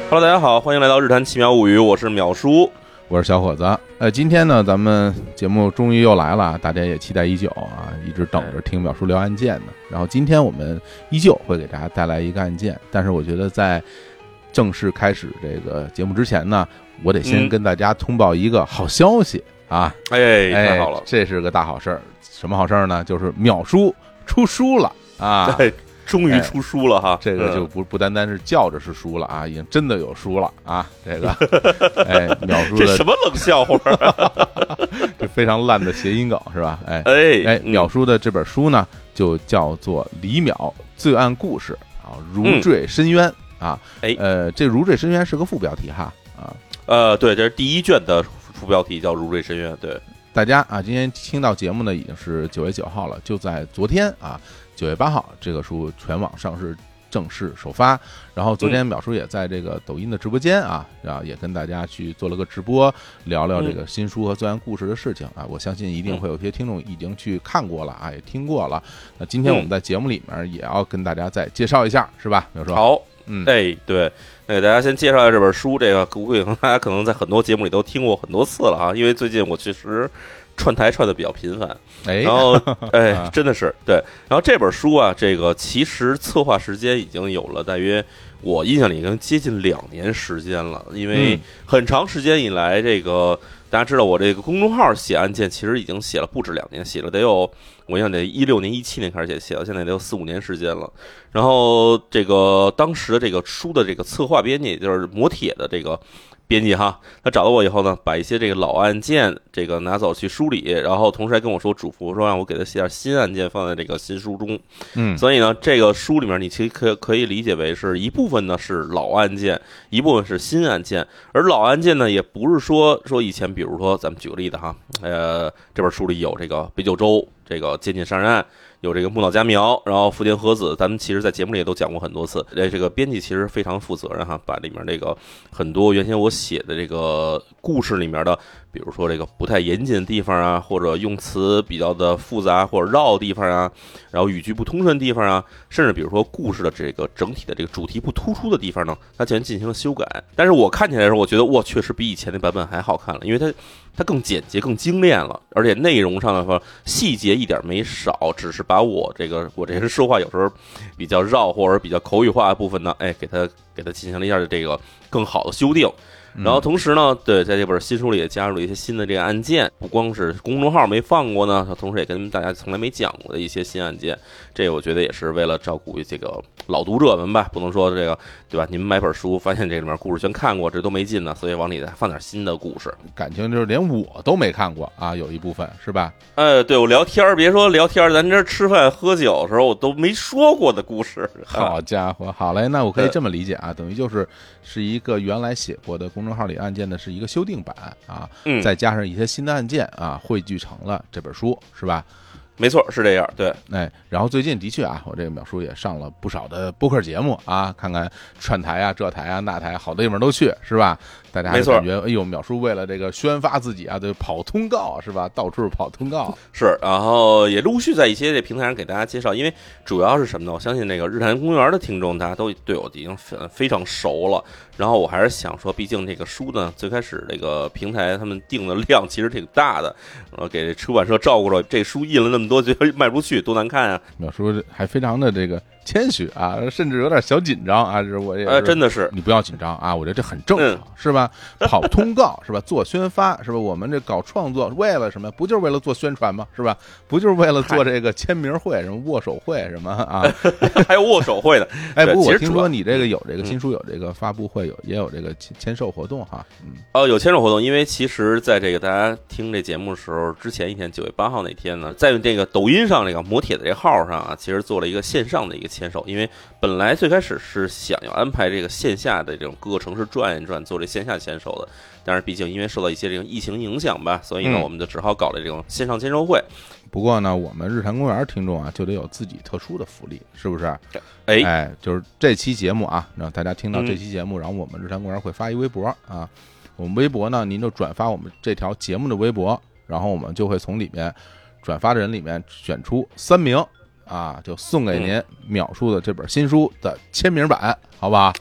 Hello， 大家好，欢迎来到日坛奇妙物语，我是淼叔， 我是小伙子。今天呢，咱们节目终于又来了，大家也期待已久啊，一直等着听淼叔聊案件呢。然后今天我们依旧会给大家带来一个案件，但是我觉得在正式开始这个节目之前呢，我得先跟大家通报一个好消息啊！ 太好了， 这是个大好事儿。什么好事儿呢？就是淼叔出书了啊！ 对，终于出书了哈， 这个就不单单是叫着是书了啊，已经真的有书了啊！这个，淼叔的这什么冷笑话？ 这非常烂的谐音梗是吧？淼叔的这本书呢，就叫做《李淼罪案故事》啊，如坠深渊啊！这如坠深渊是个副标题哈啊。 对，这是第一卷的副标题叫如坠深渊。对， 大家啊，今天听到节目呢已经是9月9号了，就在昨天啊，9月8号，这个书全网上市正式首发。然后昨天淼叔也在这个抖音的直播间啊，也跟大家去做了个直播，聊聊这个新书和罪案故事的事情啊。我相信一定会有些听众已经去看过了啊，也听过了。那今天我们在节目里面也要跟大家再介绍一下，是吧？淼叔好。对，那给大家先介绍一下这本书。这个估计大家可能在很多节目里都听过很多次了啊，因为最近我确实串台串的比较频繁，然后真的是对。然后这本书啊，这个其实策划时间已经有了大约我印象里已经接近2年时间了，因为很长时间以来，这个大家知道我这个公众号写案件其实已经写了不止2年，写了得有我想得16年17年开始写到现在得有4-5年时间了。然后这个当时的这个书的这个策划编辑，也就是磨铁的这个编辑哈，他找到我以后呢，把一些这个老案件这个拿走去梳理，然后同时还跟我说嘱咐说让我给他写点新案件放在这个新书中。所以呢，这个书里面你其实可以理解为是一部分呢是老案件，一部分是新案件。而老案件呢，也不是说以前，比如说咱们举个例子哈，这本书里有这个北九州这个监禁杀人案，有这个木岛佳苗，然后福田和子，咱们其实在节目里也都讲过很多次。这个编辑其实非常负责任哈，把里面这个很多原先我写的这个故事里面的，比如说这个不太严谨的地方啊，或者用词比较的复杂或者绕的地方啊，然后语句不通顺的地方啊，甚至比如说故事的这个整体的这个主题不突出的地方呢，它竟然进行了修改。但是我看起来的时候，我觉得哇，确实比以前的版本还好看了，因为它更简洁、更精炼了，而且内容上的话细节一点没少，只是把我这人说话有时候比较绕或者比较口语化的部分呢，给它进行了一下这个更好的修订。然后同时呢，对，在这本新书里也加入了一些新的这个案件，不光是公众号没放过呢，同时也跟大家从来没讲过的一些新案件。这个我觉得也是为了照顾这个老读者们吧，不能说这个对吧？你们买本书发现这里面故事全看过，这都没劲呢，所以往里再放点新的故事。 感情就是连我都没看过啊，有一部分是吧？ 对，我聊天别说聊天，咱这吃饭喝酒的时候我都没说过的故事。 好家伙，好嘞，那我可以这么理解啊，等于是一个原来写过的公众号里案件的是一个修订版啊，再加上一些新的案件啊，汇聚成了这本书，是吧？ 没错，是这样，对。 然后最近的确啊，我这个淼叔也上了不少的播客节目啊，看看串台啊、这台啊、那台，好的地方都去，是吧？大家感觉哎呦，淼叔为了这个宣发自己啊，得跑通告是吧？到处跑通告是，然后也陆续在一些这平台上给大家介绍，因为主要是什么呢？我相信那个日坛公园的听众，大家都对我已经非常熟了。然后我还是想说，毕竟这个书呢，最开始这个平台他们定的量其实挺大的，然后给出版社照顾着，这书印了那么多，就卖不出去，多难看啊！ 淼叔还非常的这个谦虚啊，甚至有点小紧张啊，这我也真的是你不要紧张啊，我觉得这很正常，是吧？跑通告是吧？做宣发是吧？我们这搞创作为了什么？不就是为了做宣传吗？是吧？不就是为了做这个签名会、什么握手会什么啊？ 还有握手会呢？ 不过我听说你这个有这个新书有这个发布会，也有这个签售活动哈。 有签售活动，因为其实在这个大家听这节目的时候，之前一天9月8号那天呢，在这个抖音上这个磨铁的这个号上啊，其实做了一个线上的一个签售，因为本来最开始是想要安排这个线下的这种各个城市转一转，做这线下签售的，但是毕竟因为受到一些这种疫情影响吧，所以呢，我们就只好搞了这种线上签售会。 不过呢，我们日坛公园听众啊，就得有自己特殊的福利，是不是？就是这期节目啊，让大家听到这期节目，然后我们日坛公园会发一微博啊，我们微博呢，您就转发我们这条节目的微博，然后我们就会从里面转发的人里面选出3名啊，就送给您淼叔的这本新书的签名版，好不好？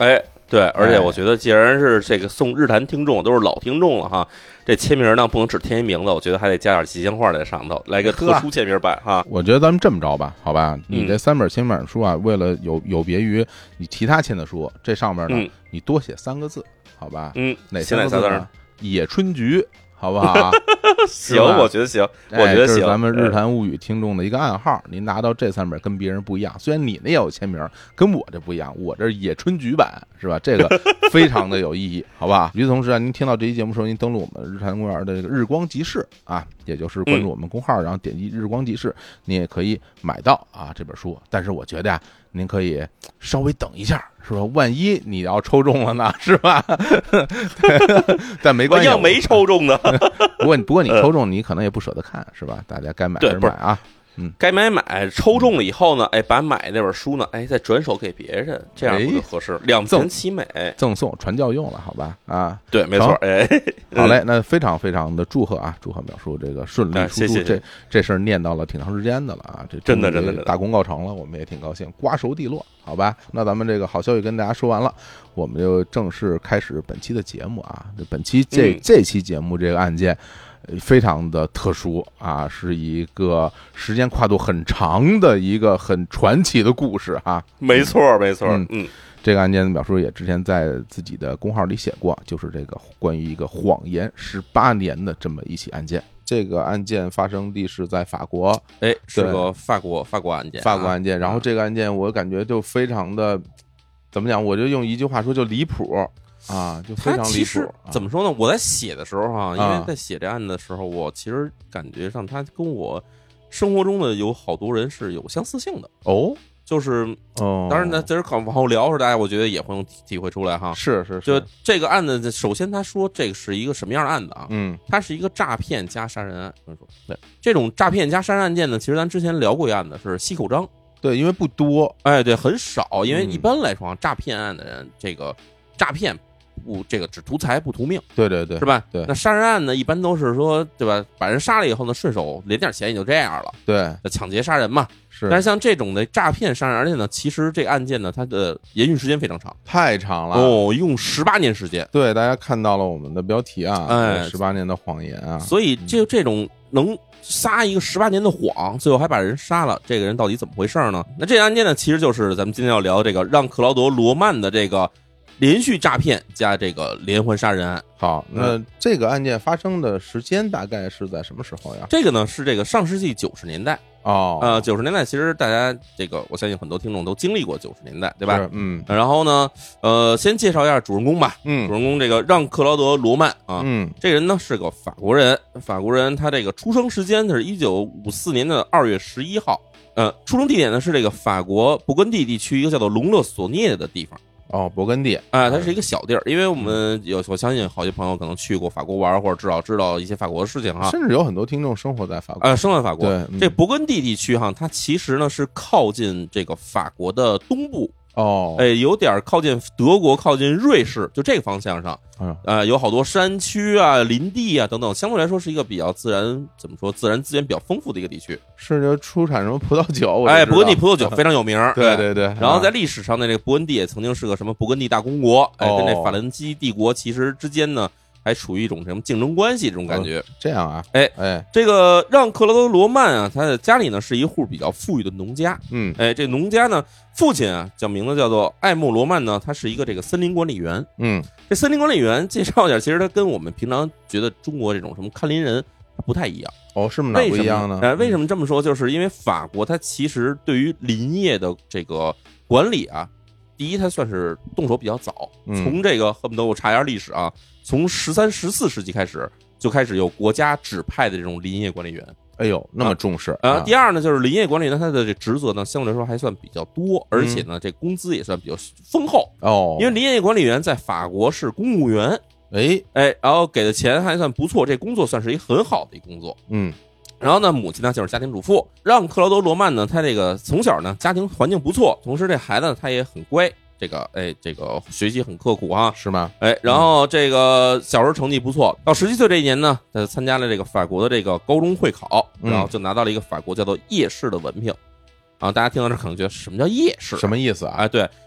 对，而且我觉得既然是这个送日坛听众都是老听众了哈，这签名呢不能只填一名字，我觉得还得加点吉祥话在上头，来个特殊签名版哈。 我觉得咱们这么着吧，好吧，你这3本签名版书啊，为了有别于你其他签的书，这上面呢你多写3个字，好吧？哪3个字呢？野春菊。好不好？ 行，我觉得行，我觉得行。 这是咱们日坛物语听众的一个暗号，您拿到这3本跟别人不一样，虽然你那也有签名，跟我这不一样，我这野春菊版是吧？这个非常的有意义，好吧？与此同时啊，您听到这期节目的时候，您登录我们日坛公园的这个日光集市啊，也就是关注我们公号，然后点击日光集市，您也可以买到啊这本书。但是我觉得呀，您可以稍微等一下，是吧？万一你要抽中了呢，是吧？但没关系， 要没抽中呢。 不过你抽中，你可能也不舍得看，是吧？大家该买还是买啊。 该买，抽中了以后呢，哎，把买那本书呢，哎，再转手给别人，这样不合适，两全其美， 赠送传教用了，好吧？啊， 对，没错，哎， 好嘞，那非常非常的祝贺啊，祝贺淼叔这个顺利出书， 谢谢这事儿念叨了挺长时间的了啊，这真的大功告成了，我们也挺高兴，瓜熟蒂落，好吧？那咱们这个好消息跟大家说完了，我们就正式开始本期的节目啊，本期这期节目这个案件。非常的特殊啊，是一个时间跨度很长的一个很传奇的故事啊。 没错， 这个案件的淼叔也之前在自己的公号里写过，就是这个关于一个谎言18年的这么一起案件。这个案件发生地是在法国， 哎，是个法国案件， 然后这个案件我感觉就非常的怎么讲，我就用一句话说，就离谱。啊，就非常离谱。 怎么说呢？我在写的时候哈，因为在写这案子的时候，我其实感觉上他跟我生活中的有好多人是有相似性的哦。 就是当然呢，在这往后聊的时候，大家我觉得也会能体会出来哈。 是， 就这个案子，首先他说这个是一个什么样的案子啊？它是一个诈骗加杀人案。对，这种诈骗加杀人案件呢，其实咱之前聊过一案子是西口章。 对，因为不多， 哎，对，很少，因为一般来说，诈骗案的人，这个诈骗。这个只图财不图命， 对， 是吧？ 对， 那杀人案呢，一般都是说，对吧？把人杀了以后呢，顺手连点钱也就这样了， 对， 抢劫杀人嘛。 是， 但是像这种的诈骗杀人，而且呢，其实这个案件呢，它的延续时间非常长， 太长了哦，一共18年时间。 对，大家看到了我们的标题啊，哎，18年的谎言啊， 所以这种能撒一个18年的谎，最后还把人杀了，这个人到底怎么回事呢？那这个案件呢，其实就是咱们今天要聊这个让克劳德·罗曼的这个。连续诈骗加这个连环杀人案。 好，那这个案件发生的时间大概是在什么时候呀？ 这个呢是这个上世纪90年代哦 ，90年代其实大家这个我相信很多听众都经历过90年代，对吧？然后呢，先介绍一下主人公吧。主人公这个让克劳德·罗曼啊，这人呢是个法国人，他这个出生时间是1954年的2月11号，出生地点呢是这个法国勃艮第地区一个叫做隆勒索涅的地方。 哦，勃艮第啊，它是一个小地儿，因为我们我相信好些朋友可能去过法国玩，或者知道一些法国的事情哈， 甚至有很多听众生活在法国， 生活在法国。 对， 这勃艮第地区哈，它其实呢是靠近这个法国的东部哦， 哎，有点靠近德国、靠近瑞士，就这个方向上，有好多山区啊、林地啊等等，相对来说是一个比较自然资源比较丰富的一个地区。 是就出产什么葡萄酒？ 哎，勃艮第葡萄酒非常有名。 对。 然后在历史上呢，这个勃艮第也曾经是个什么勃艮第大公国，哎，跟这法兰西帝国其实之间呢还处于一种什么竞争关系这种感觉。 这样啊？ 哎，这个让克劳德·罗曼啊，他的家里呢是一户比较富裕的农家。哎，这农家呢，父亲啊名字叫做艾默·罗曼呢，他是一个这个森林管理员。这森林管理员介绍一下，其实他跟我们平常觉得中国这种什么看林人不太一样。 哦，是吗？哪不一样呢？ 为什么这么说？就是因为法国它其实对于林业的这个管理啊，第一它算是动手比较早，从这个恨不得我查一下历史啊，从13、14世纪开始就开始有国家指派的这种林业管理员。 哎呦，那么重视第二呢，就是林业管理呢，它的这职责呢，相对来说还算比较多，而且呢，这工资也算比较丰厚哦。 因为林业管理员在法国是公务员，哎，然后给的钱还算不错，这工作算是一个很好的一工作。然后呢，母亲呢就是家庭主妇，让克劳德·罗曼呢，他这个从小呢家庭环境不错，同时这孩子他也很乖。这个学习很刻苦啊， 是吗？ 哎，然后这个小时候成绩不错，到17岁这一年呢，他参加了这个法国的这个高中会考，然后就拿到了一个法国叫做夜士的文凭。啊，大家听到这可能觉得什么叫夜士？ 什么意思啊？ 哎，对，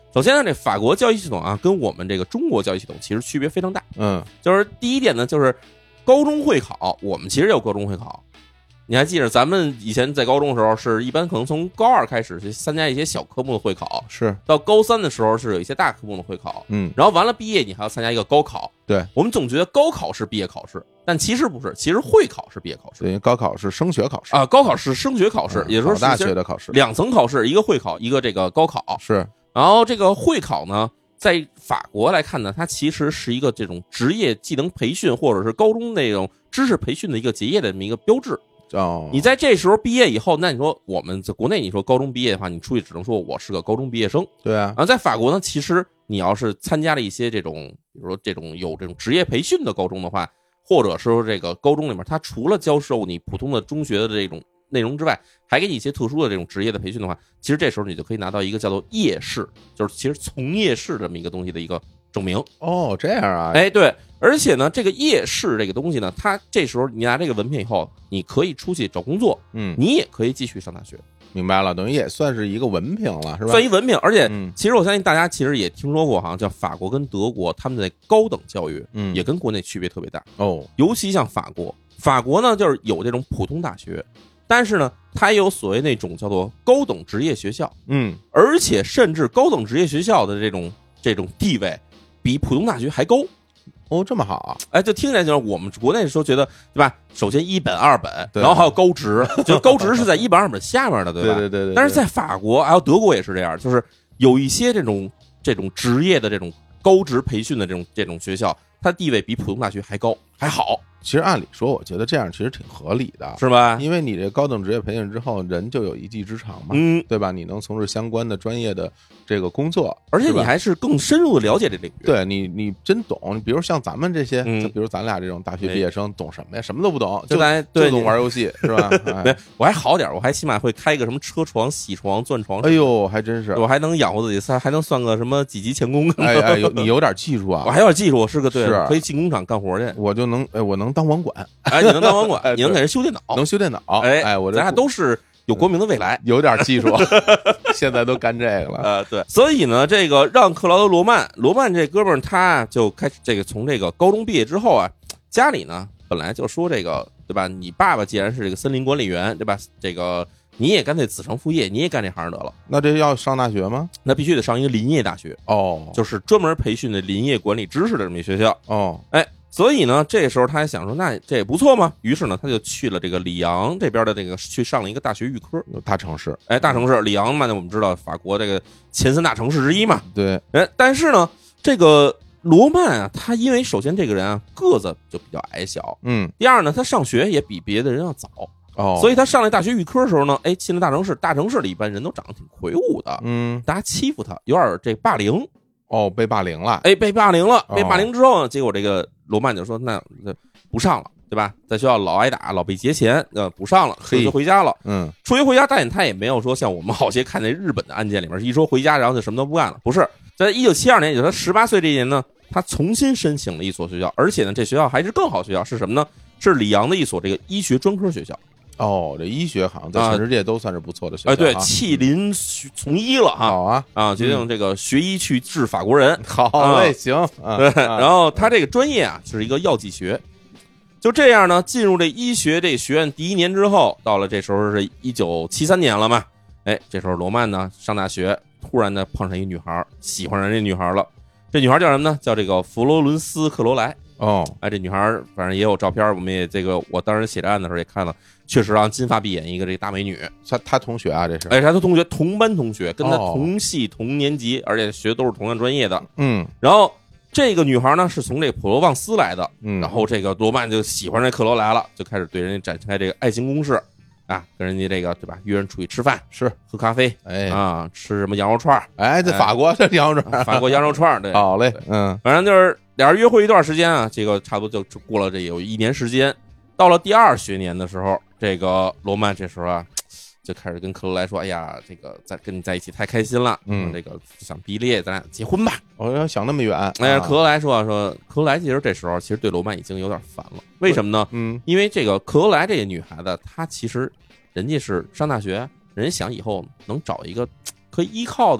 首先呢，这法国教育系统啊，跟我们这个中国教育系统其实区别非常大。就是第一点呢，就是高中会考，我们其实有高中会考。你还记得咱们以前在高中的时候，是一般可能从高2开始去参加一些小科目的会考， 是到高3的时候是有一些大科目的会考，然后完了毕业你还要参加一个高考。 对， 我们总觉得高考是毕业考试，但其实不是，其实会考是毕业考试。 对，高考是升学考试啊，高考是升学考试，也就是说大学的考试 ，2层考试，一个会考，一个这个高考。 是， 然后这个会考呢，在法国来看呢，它其实是一个这种职业技能培训或者是高中那种知识培训的一个结业的这么一个标志。你在这时候毕业以后，那你说我们在国内你说高中毕业的话，你出去只能说我是个高中毕业生。 对啊。 然后在法国呢，其实你要是参加了一些这种，比如说这种有这种职业培训的高中的话，或者说这个高中里面，它除了教授你普通的中学的这种内容之外，还给你一些特殊的这种职业的培训的话，其实这时候你就可以拿到一个叫做业士，就是其实从业士这么一个东西的一个证明。 哦，这样啊。 哎，对。而且呢，这个业士这个东西呢，它这时候你拿这个文凭以后，你可以出去找工作，你也可以继续上大学。 明白了，等于也算是一个文凭了，是吧？ 算一文凭，而且其实我相信大家其实也听说过，好像叫法国跟德国，他们的高等教育，也跟国内区别特别大哦。 尤其像法国呢，就是有这种普通大学，但是呢，它也有所谓那种叫做高等职业学校，而且甚至高等职业学校的这种地位比普通大学还高。 哦，这么好啊！ 哎，就听起来就是我们国内的时候觉得，对吧？首先1本、2本，然后还有高职，就高职是在1本、2本下面的，对吧？ 对。 但是在法国还有德国也是这样，就是有一些这种职业的这种高职培训的这种学校，它地位比普通大学还高还好。 其实按理说，我觉得这样其实挺合理的， 是吧？ 因为你这高等职业培训之后，人就有一技之长嘛，对吧？你能从事相关的专业的这个工作， 而且你还是更深入的了解这领域。 对你真懂，比如像咱们这些，比如咱俩这种大学毕业生，懂什么呀？什么都不懂，就懂玩游戏，是吧？ 没，我还好点，我还起码会开个什么车床、铣床、钻床。 哎呦，还真是， 我还能养活自己，还能算个什么几级钳工。 哎，你有点技术啊！ 我还有点技术，我是个对，可以进工厂干活去。 我能当网管。 哎，你能当网管，你能给人修电脑， 能修电脑。哎，我咱俩都是有光明的未来， 有点技术，现在都干这个了。 对，所以呢，这个让克劳德·罗曼这哥们儿，他就开始这个从这个高中毕业之后啊，家里呢本来就说这个，对吧？你爸爸既然是这个森林管理员，对吧？这个你也干脆子承父业，你也干这行得了。 那这要上大学吗？ 那必须得上一个林业大学哦， 就是专门培训的林业管理知识的这么一学校哦。 哎。所以呢，这时候他还想说，那这也不错嘛。于是呢，他就去了这个里昂这边的这个，去上了一个大学预科。 大城市， 哎，大城市里昂嘛，我们知道法国这个前3大城市之一嘛。 对， 哎，但是呢，这个罗曼啊，他因为首先这个人啊个子就比较矮小，第二呢，他上学也比别的人要早。所以他上了大学预科的时候呢，哎，进了大城市里一般人都长得挺魁梧的，大家欺负他，有点这霸凌。 被霸凌了。 哎，被霸凌了，被霸凌之后呢，结果这个罗曼就说，那不上了，对吧？在学校老挨打，老被劫钱，不上了，辍学回家了。辍学回家，但他也没有说像我们好些看那日本的案件里面，一说回家然后就什么都不干了。不是，在1972年，也就是他18岁这一年呢，他重新申请了一所学校，而且呢，这学校还是更好学校，是什么呢？是里昂的一所这个医学专科学校。 这医学好像在全世界都算是不错的学校。 对，弃林从医了哈。 好啊， 决定这个学医去治法国人。 好嘞，行。 对，然后他这个专业啊，是一个药剂学。就这样呢，进入这医学这学院第1年之后，到了这时候是1973年了嘛。哎，这时候罗曼呢上大学，突然呢碰上一女孩，喜欢上这女孩了。这女孩叫什么呢？叫这个佛罗伦斯·克罗莱。这女孩反正也有照片，我们也我当时写这案的时候也看了，确实金发碧眼，一个这个大美女。 她同学啊，这是？ 哎，她的同学，同班同学，跟她同系同年级，而且学的都是同样专业的。然后这个女孩呢是从这普罗旺斯来的，然后这个罗曼就喜欢这克罗莱了，就开始对人家展开这个爱情攻势啊，跟人家这个对吧，约人出去吃饭，喝咖啡，吃什么羊肉串， 在法国这羊肉串， 法国羊肉串，对， 好嘞， 反正就是俩人约会一段时间啊，这个差不多就过了这有1年时间。到了第2学年的时候，这个罗曼这时候啊，就开始跟克罗莱说：“哎呀，这个跟你在一起太开心了，这个想毕业，咱俩结婚吧。” 我要想那么远。 哎，克罗莱说，克罗莱其实这时候其实对罗曼已经有点烦了。为什么呢？因为这个克罗莱这个女孩子，她其实人家是上大学，人家想以后能找一个可以依靠的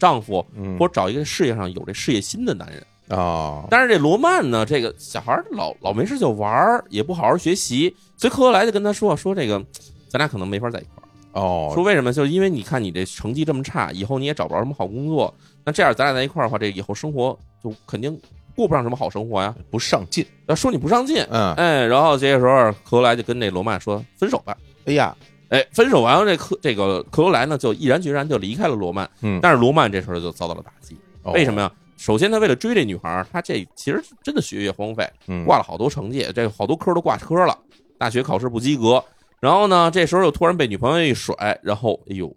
丈夫，或者找一个事业上有这事业心的男人。但是这罗曼呢，这个小孩老没事就玩，也不好好学习，所以克罗莱就跟他说这个咱俩可能没法在一块儿。说为什么？就是因为你看你这成绩这么差，以后你也找不着什么好工作，那这样咱俩在一块儿的话，这以后生活就肯定过不上什么好生活呀， 不上进。 说你不上进，然后这个时候克罗莱就跟这罗曼说分手吧。分手完了，这个克罗莱呢就毅然决然就离开了罗曼。但是罗曼这时候就遭到了打击。为什么呀？首先他为了追这女孩，他这其实真的学业荒废，挂了好多成绩，这好多科都挂科了，大学考试不及格。然后呢，这时候又突然被女朋友一甩，然后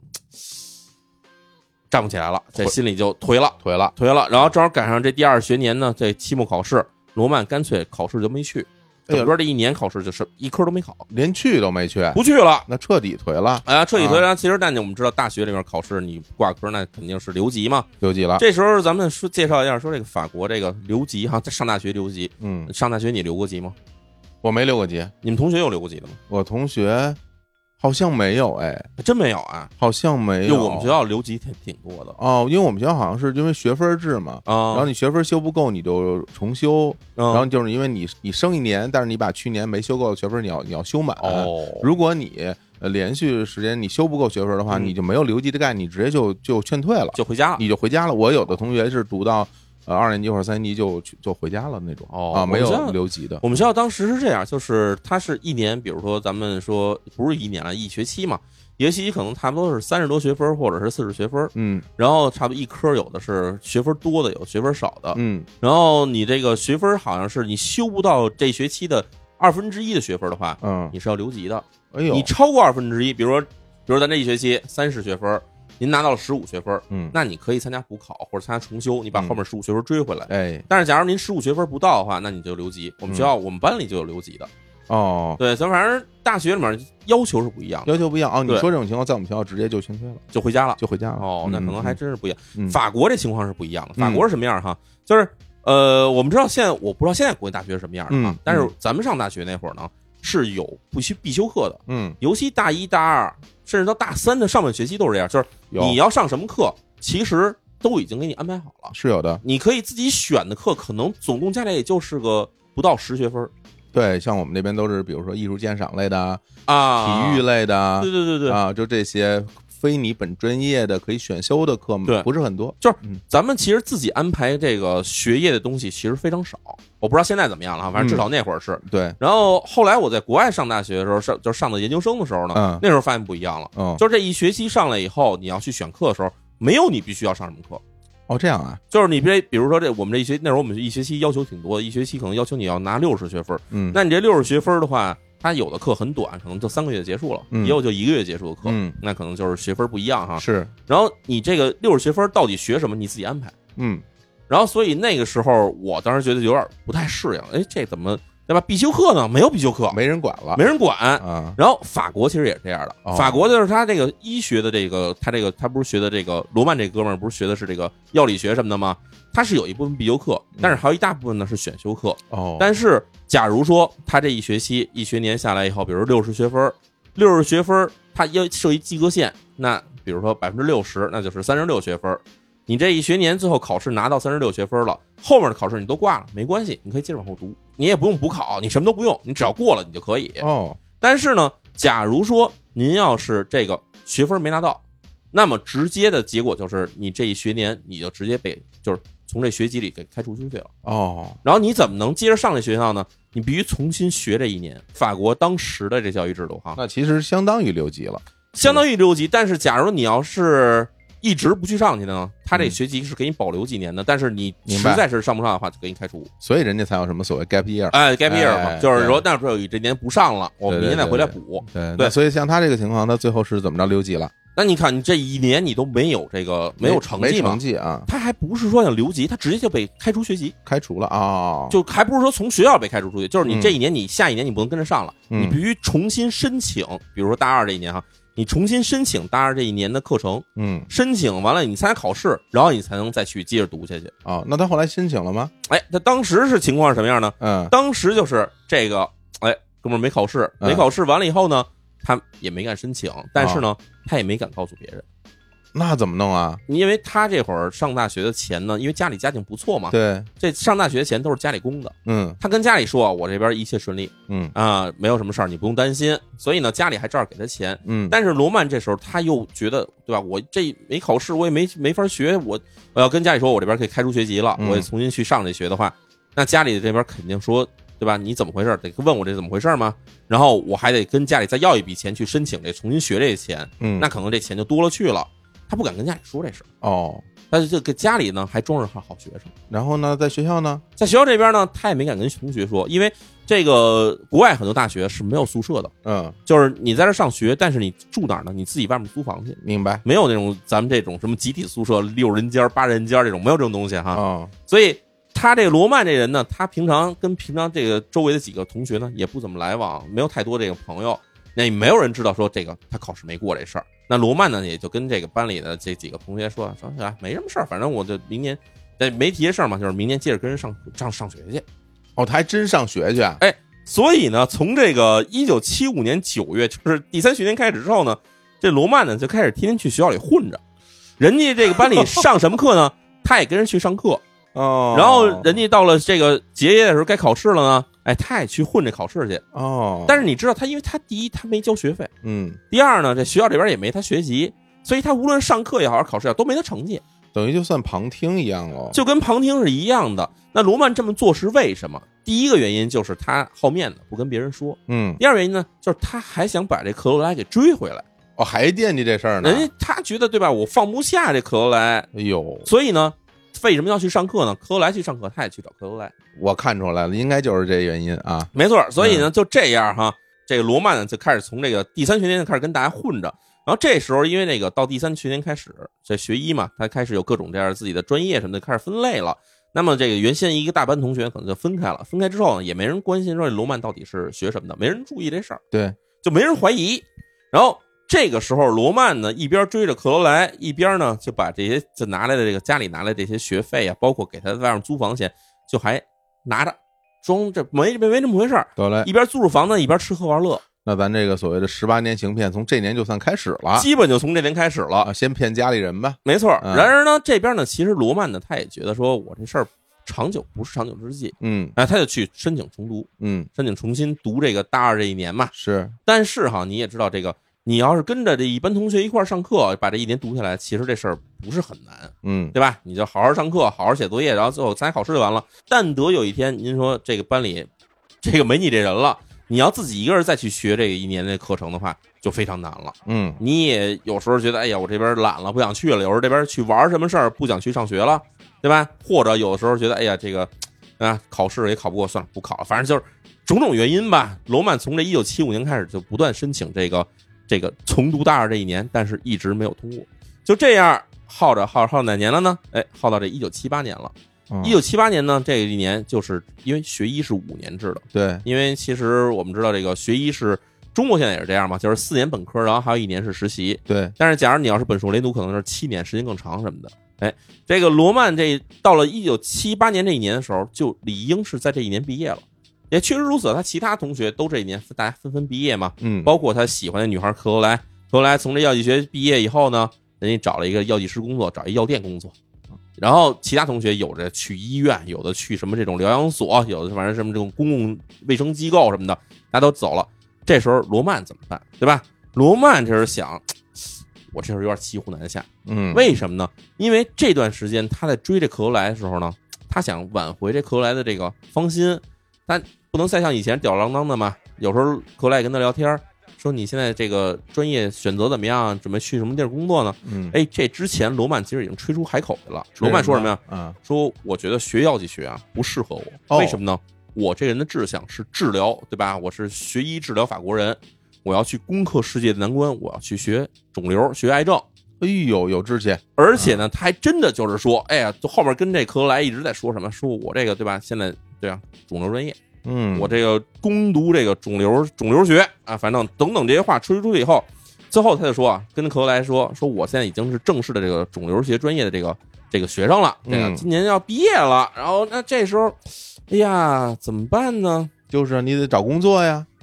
站不起来了，这心里就颓了。然后正好赶上这第2学年呢，这期末考试，罗曼干脆考试就没去。整个这1年考试就是一科都没考， 连去都没去， 不去了， 那彻底颓了。 彻底颓了。其实，但我们知道大学里面考试，你挂科那肯定是留级嘛， 留级了。 这时候咱们介绍一下，说这个法国这个留级哈，上大学留级。上大学你留过级吗？ 我没留过级。 你们同学有留过级的吗？ 我同学好像没有， 真没有啊？ 好像没有。 就我们学校留级挺多的因为我们学校好像是因为学分制嘛，然后你学分修不够你就重修，然后就是因为你升1年，但是你把去年没修够的学分你要修满。如果你连续时间你修不够学分的话，你就没有留级的概念，你直接就劝退了， 就回家了， 你就回家了。我有的同学是读到2年级或者3年级就回家了那种。没有留级的。 我们学校当时是这样，就是它是1年，比如说咱们说不是1年了，1学期嘛，一学期可能差不多是30多学分或者是40学分。然后差不多一科有的是学分多的，有学分少的。然后你这个学分好像是你修不到这学期的1/2的学分的话，你是要留级的。你超过1/2，比如说咱这一学期30学分，您拿到了15学分，那你可以参加补考或者参加重修，你把后面15学分追回来。但是假如您15学分不到的话，那你就留级。我们学校我们班里就有留级的。对，咱反正大学里面要求是不一样的， 要求不一样。你说这种情况，在我们学校直接就劝退了， 就回家了。那可能还真是不一样。法国这情况是不一样的。法国是什么样哈？就是我们知道我不知道现在国内大学是什么样的但是咱们上大学那会儿呢，是有必修课的。尤其大1、大2，甚至到大3的上半学期都是这样，就是你要上什么课，其实都已经给你安排好了。 是有的， 你可以自己选的课，可能总共加起来也就是个不到10学分。 对，像我们那边都是比如说艺术鉴赏类的体育类的， 对就这些非你本专业的可以选修的课不是很多。 就是咱们其实自己安排这个学业的东西其实非常少，我不知道现在怎么样了，反正至少那会儿是。 对。 然后后来我在国外上大学的时候，就上到研究生的时候呢，那时候发现不一样了。就是这一学期上来以后，你要去选课的时候，没有你必须要上什么课。 这样啊， 就是你比如说我们这那时候我们一学期要求挺多，一学期可能要求你要拿60学分。那你这60学分的话，它有的课很短，可能就3个月结束了，也有就1个月结束的课。那可能就是学分不一样哈。 是。 然后你这个60学分到底学什么，你自己安排。然后所以那个时候我当时觉得有点不太适应，这怎么对吧？必修课呢？没有必修课， 没人管了， 没人管。然后法国其实也是这样的，法国就是他这个医学的他不是学的这个罗曼这哥们儿不是学的是这个药理学什么的吗？他是有一部分必修课，但是还有一大部分呢是选修课。但是假如说他这一学年下来以后，比如60学分，他要设一及格线，那比如说60%，那就是36学分。你这一学年最后考试拿到36学分了，后面的考试你都挂了没关系，你可以接着往后读，你也不用补考，你什么都不用，你只要过了你就可以。但是呢，假如说您要是这个学分没拿到，那么直接的结果就是你这一学年你就直接就是从这学籍里给开除出去了。然后你怎么能接着上这学校呢？你必须重新学这1年。法国当时的这教育制度那其实相当于留级了， 但是假如你要是一直不去上去呢，他这学籍是给你保留几年的，但是你实在是上不上的话，就给你开除。 所以人家才有什么所谓 gap year。 gap year 嘛，就是说那时候这年不上了，我明年再回来补。 对，所以像他这个情况，他最后是怎么着留级了？ 那你看，你这1年你都没有没有成绩嘛？ 没成绩啊！ 他还不是说想留级，他直接就被开除学籍， 开除了啊！ 就还不是说从学校被开除出去，就是你这1年你下1年你不能跟着上了，你必须重新申请。比如说大2这1年哈。你重新申请大2这1年的课程，申请完了你参加考试，然后你才能再去接着读下去。 那他后来申请了吗？ 他当时是情况是什么样呢？当时就是这个，哥们儿没考试完了以后呢，他也没敢申请，但是呢，他也没敢告诉别人。 那怎么弄啊？ 因为他这会儿上大学的钱呢，因为家里家境不错嘛， 对， 这上大学的钱都是家里供的。他跟家里说我这边一切顺利，没有什么事儿，你不用担心。所以呢，家里还照样给他钱。但是罗曼这时候他又觉得，对吧？我这没考试，我也没法学，我要跟家里说，我这边可以开除学籍了，我也重新去上这学的话，那家里这边肯定说，对吧？你怎么回事？得问我这怎么回事吗？然后我还得跟家里再要一笔钱去申请这重新学这钱，那可能这钱就多了去了。他不敢跟家里说这事哦， 但是给家里呢还装着好学生。 然后呢，在学校呢， 在学校这边呢，他也没敢跟同学说，因为这个国外很多大学是没有宿舍的，就是你在这上学，但是你住哪儿呢？你自己外面租房去， 明白？ 没有那种咱们这种什么集体宿舍6人间、8人间这种，没有这种东西哈。所以他这个罗曼这人呢，他平常这个周围的几个同学呢，也不怎么来往，没有太多这个朋友，那没有人知道说这个他考试没过这事儿。那罗曼呢，也就跟这个班里的这几个同学说啊，没什么事儿，反正我就明年没提这事儿嘛，就是明年接着跟人上学去。 他还真上学去啊？ 所以呢，从这个1975年9月，就是第3学年开始之后呢，这罗曼呢就开始天天去学校里混着。人家这个班里上什么课呢，他也跟人去上课。然后人家到了这个结业的时候该考试了呢，他也去混这考试去。但是你知道他，因为他第一他没交学费，第二呢，这学校这边也没他学籍，所以他无论上课也好，还是考试也好，都没他成绩， 等于就算旁听一样了， 就跟旁听是一样的。那罗曼这么做是为什么？第一个原因就是他好面子，不跟别人说。第二原因呢，就是他还想把这克罗莱给追回来。 还惦记这事儿呢。 人家他觉得对吧，我放不下这克罗莱，所以呢。为什么要去上课呢？克罗莱去上课，他也去找克罗莱。 我看出来了，应该就是这原因啊。 没错，所以呢，就这样哈，这个罗曼呢就开始从这个第3学年就开始跟大家混着。然后这时候，因为那个到第3学年开始，这学医嘛，他开始有各种这样自己的专业什么的开始分类了。那么这个原先一个大班同学可能就分开了，分开之后呢，也没人关心说这罗曼到底是学什么的，没人注意这事儿， 对， 就没人怀疑。然后这个时候，罗曼呢一边追着克罗莱，一边呢就把这些就拿来的这个家里拿来这些学费啊，包括给他外面租房钱，就还拿着装着，没这么回事儿。一边租住房呢，一边吃喝玩乐。 那咱这个所谓的18年行骗，从这年就算开始了， 基本就从这年开始了。 先骗家里人吧， 没错。然而呢，这边呢，其实罗曼呢，他也觉得说我这事儿长久不是长久之计，他就去申请重读，申请重新读这个大2这一年嘛。 是， 但是哈，你也知道这个。你要是跟着这一班同学一块上课，把这一年读下来，其实这事儿不是很难，对吧？你就好好上课，好好写作业，然后最后参加考试就完了。但得有一天，您说这个班里这个没你这人了，你要自己一个人再去学这个1年的课程的话，就非常难了。你也有时候觉得，哎呀，我这边懒了，不想去了；有时候这边去玩什么事儿，不想去上学了，对吧？或者有的时候觉得，哎呀，这个考试也考不过，算了，不考了。反正就是种种原因吧。罗曼从这1975年开始就不断申请这个重读大2这一年，但是一直没有通过。就这样耗哪年了呢？耗到这1978年了。1978年呢，这一年就是因为学医是5年制的， 对， 因为其实我们知道这个学医是中国现在也是这样嘛，就是4年本科，然后还有1年是实习， 对。 但是假如你要是本硕连读，可能是7年，时间更长什么的。这个罗曼这到了1978年这一年的时候，就理应是在这一年毕业了。也确实如此，他其他同学都这一年大家纷纷毕业嘛，包括他喜欢的女孩克罗莱从这药剂学毕业以后呢，人家找了一个药剂师工作，找一药店工作。然后其他同学有的去医院，有的去什么这种疗养所，有的反正什么这种公共卫生机构什么的，大家都走了。这时候罗曼怎么办，对吧？罗曼这是想，我这时候有点骑虎难下，为什么呢？因为这段时间他在追这克罗莱的时候呢，他想挽回这克罗莱的这个芳心，但不能再像以前吊儿郎当的嘛。有时候克罗莱跟他聊天，说你现在这个专业选择怎么样？准备去什么地儿工作呢？这之前罗曼其实已经吹出海口去了。罗曼说什么呀？说我觉得学药剂学啊不适合我，为什么呢？我这人的志向是治疗，对吧？我是学医治疗法国人，我要去攻克世界的难关，我要去学肿瘤，学癌症。 哎呦，有志气！ 而且呢，他还真的就是说，哎呀，后面跟这克罗莱一直在说什么？说我这个对吧？现在对啊，肿瘤专业。我这个攻读这个肿瘤学啊，反正等等这些话吹出去以后，最后他就说啊，跟克罗莱说我现在已经是正式的这个肿瘤学专业的这个学生了，这个今年要毕业了。然后那这时候，哎呀，怎么办呢？ 就是你得找工作呀。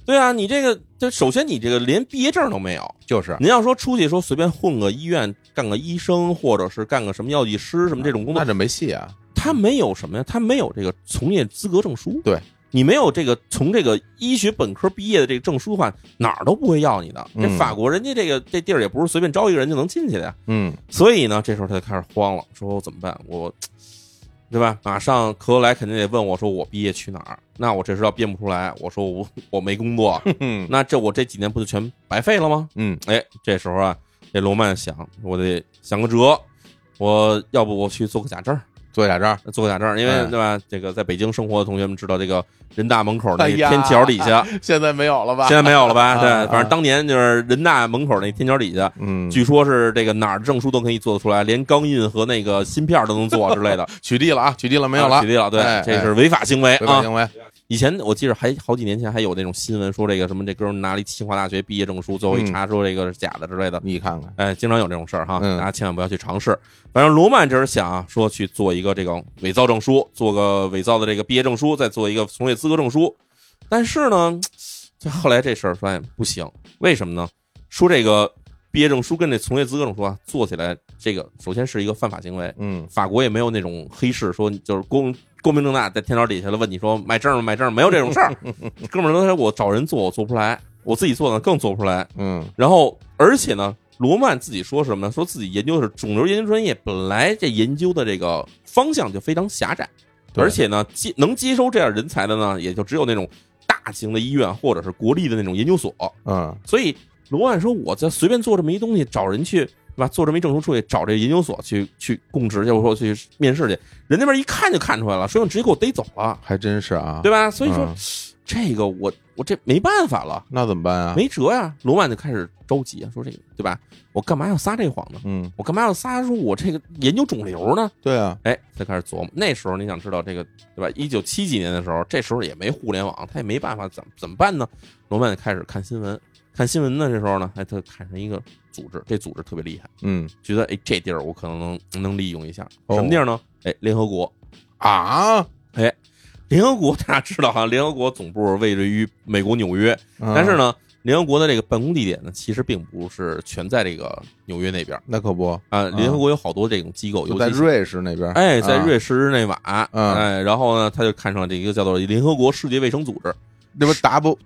对啊，你首先你这个连毕业证都没有， 就是您要说出去说随便混个医院干个医生，或者是干个什么药剂师什么这种工作， 那这没戏啊。 他没有什么呀？他没有这个从业资格证书。 对， 你没有这个从这个医学本科毕业的这个证书的话，哪儿都不会要你的。这法国人家这地儿也不是随便招一个人就能进去的呀。所以呢，这时候他就开始慌了，说我怎么办？对吧？马上克罗莱肯定得问我说我毕业去哪儿？那我这时候要编不出来，我说我没工作，那我这几年不就全白费了吗？这时候啊，这罗曼想，我得想个辙，要不我去做个假证。做个假证，因为对吧？这个在北京生活的同学们知道，这个人大门口那天桥底下， 现在没有了吧？ 现在没有了吧？对，反正当年就是人大门口那天桥底下，据说是这个哪儿的证书都可以做得出来，连钢印和那个芯片都能做之类的。 取缔了，没有了， 取缔了，对，这是违法行为啊！ 行为。 以前我记得还好几年前还有那种新闻说这个什么这哥们拿了一清华大学毕业证书，最后一查说这个是假的之类的。 你看看， 经常有这种事儿哈，大家千万不要去尝试。反正罗曼这是想啊，说去做一个这个伪造证书，做个伪造的这个毕业证书，再做一个从业资格证书。但是呢，就后来这事儿发现不行，为什么呢？说这个毕业证书跟这从业资格证书啊，做起来这个首先是一个犯法行为。法国也没有那种黑市说就是光明正大在天桥底下了问你说买证吗？买证没有这种事儿。哥们儿都说我找人做我做不出来，我自己做呢更做不出来。然后而且呢，罗曼自己说什么呢？说自己研究的是肿瘤研究专业，本来这研究的这个方向就非常狭窄，而且呢能接收这样人才的呢，也就只有那种大型的医院或者是国立的那种研究所。所以罗曼说我这随便做这么一东西，找人去对吧？做这么一证书出去，找这个研究所去供职，就是说去面试去，人那边一看就看出来了，说直接给我逮走了， 还真是啊， 对吧？所以说，这个我这没办法了， 那怎么办啊？ 没辙呀。罗曼就开始着急啊，说这个对吧？我干嘛要撒这个谎呢？我干嘛要撒说我这个研究肿瘤呢？ 对啊， 他开始琢磨。那时候你想知道这个对吧？1970几年的时候，这时候也没互联网，他也没办法怎么办呢？罗曼就开始看新闻。看新闻的这时候呢，他看上一个组织，这组织特别厉害，觉得这地儿我可能能利用一下。什么地儿呢？联合国啊， 联合国大家知道哈，联合国总部位置于美国纽约，但是呢，联合国的这个办公地点呢，其实并不是全在这个纽约那边。 那可不啊，联合国有好多这种机构， 在瑞士那边， 在瑞士日内瓦，然后呢，他就看上了这一个叫做联合国世界卫生组织。 这不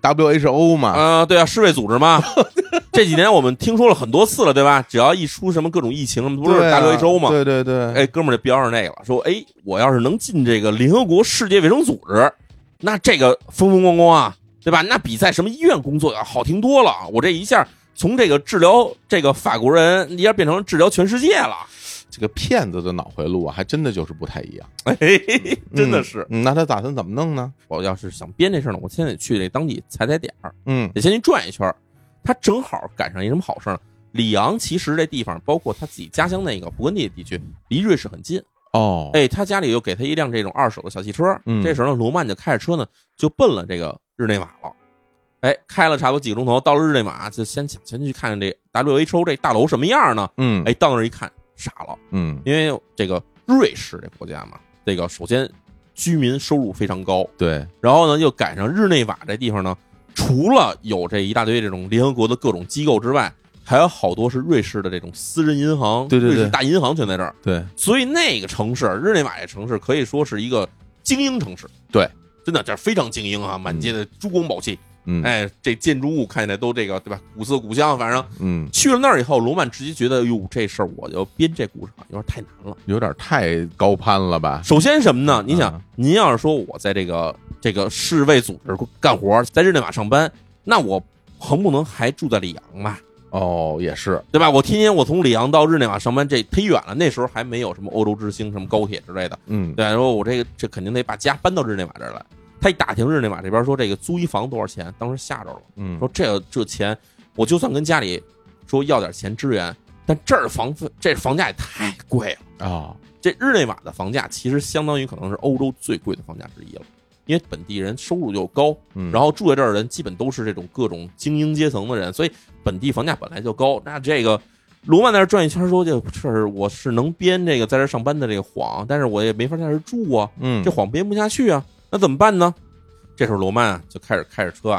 WHO 吗？ 对啊，世卫组织嘛。这几年我们听说了很多次了，对吧？只要一出什么各种疫情，不是 WHO 吗？ 对。 哥们儿就标上那个了，说我要是能进这个联合国世界卫生组织，那这个风风光光啊，对吧？那比在什么医院工作要好听多了。我这一下从这个治疗这个法国人，一下变成治疗全世界了。 这个骗子的脑回路啊，还真的就是不太一样。 真的是。 那他打算怎么弄呢？ 我要是想编这事呢，我现在得去这当地踩点儿，得先去转一圈。他正好赶上一什么好事呢？里昂其实这地方，包括他自己家乡那个勃艮第地区，离瑞士很近。他家里又给他一辆这种2手的小汽车。这时候呢，罗曼就开着车呢，就奔了这个日内瓦了。开了差不多几个钟头，到了日内瓦，就先去看看这 WHO 这大楼什么样呢？到那儿一看。傻了，因为这个瑞士这国家嘛，这个首先居民收入非常高， 对， 然后呢又赶上日内瓦这地方呢，除了有这一大堆这种联合国的各种机构之外，还有好多是瑞士的这种私人银行， 对， 瑞士大银行全在这儿， 对， 所以那个城市日内瓦这城市可以说是一个精英城市， 对， 真的这非常精英啊，满街的珠光宝气。这建筑物看起来都这个对吧？古色古香，反正去了那儿以后，罗曼直接觉得，哟，这事儿我就编这故事有点太难了， 有点太高攀了吧？ 首先什么呢？你想，您要是说我在这个世卫组织干活，在日内瓦上班，那我横不能还住在里昂吧？ 也是， 对吧？我天天我从里昂到日内瓦上班，这忒远了。那时候还没有什么欧洲之星、什么高铁之类的，对，说我这肯定得把家搬到日内瓦这儿来。他一打听日内瓦这边说这个租一房多少钱，当时吓着了，说这钱我就算跟家里说要点钱支援，但这儿这房价也太贵了啊！这日内瓦的房价其实相当于可能是欧洲最贵的房价之一了，因为本地人收入就高，然后住在这儿的人基本都是这种各种精英阶层的人，所以本地房价本来就高。那这个罗曼在这转一圈说，这我是能编这个在这上班的这个谎，但是我也没法在这住啊，这谎编不下去啊。那怎么办呢？这时候罗曼啊就开始开着车啊，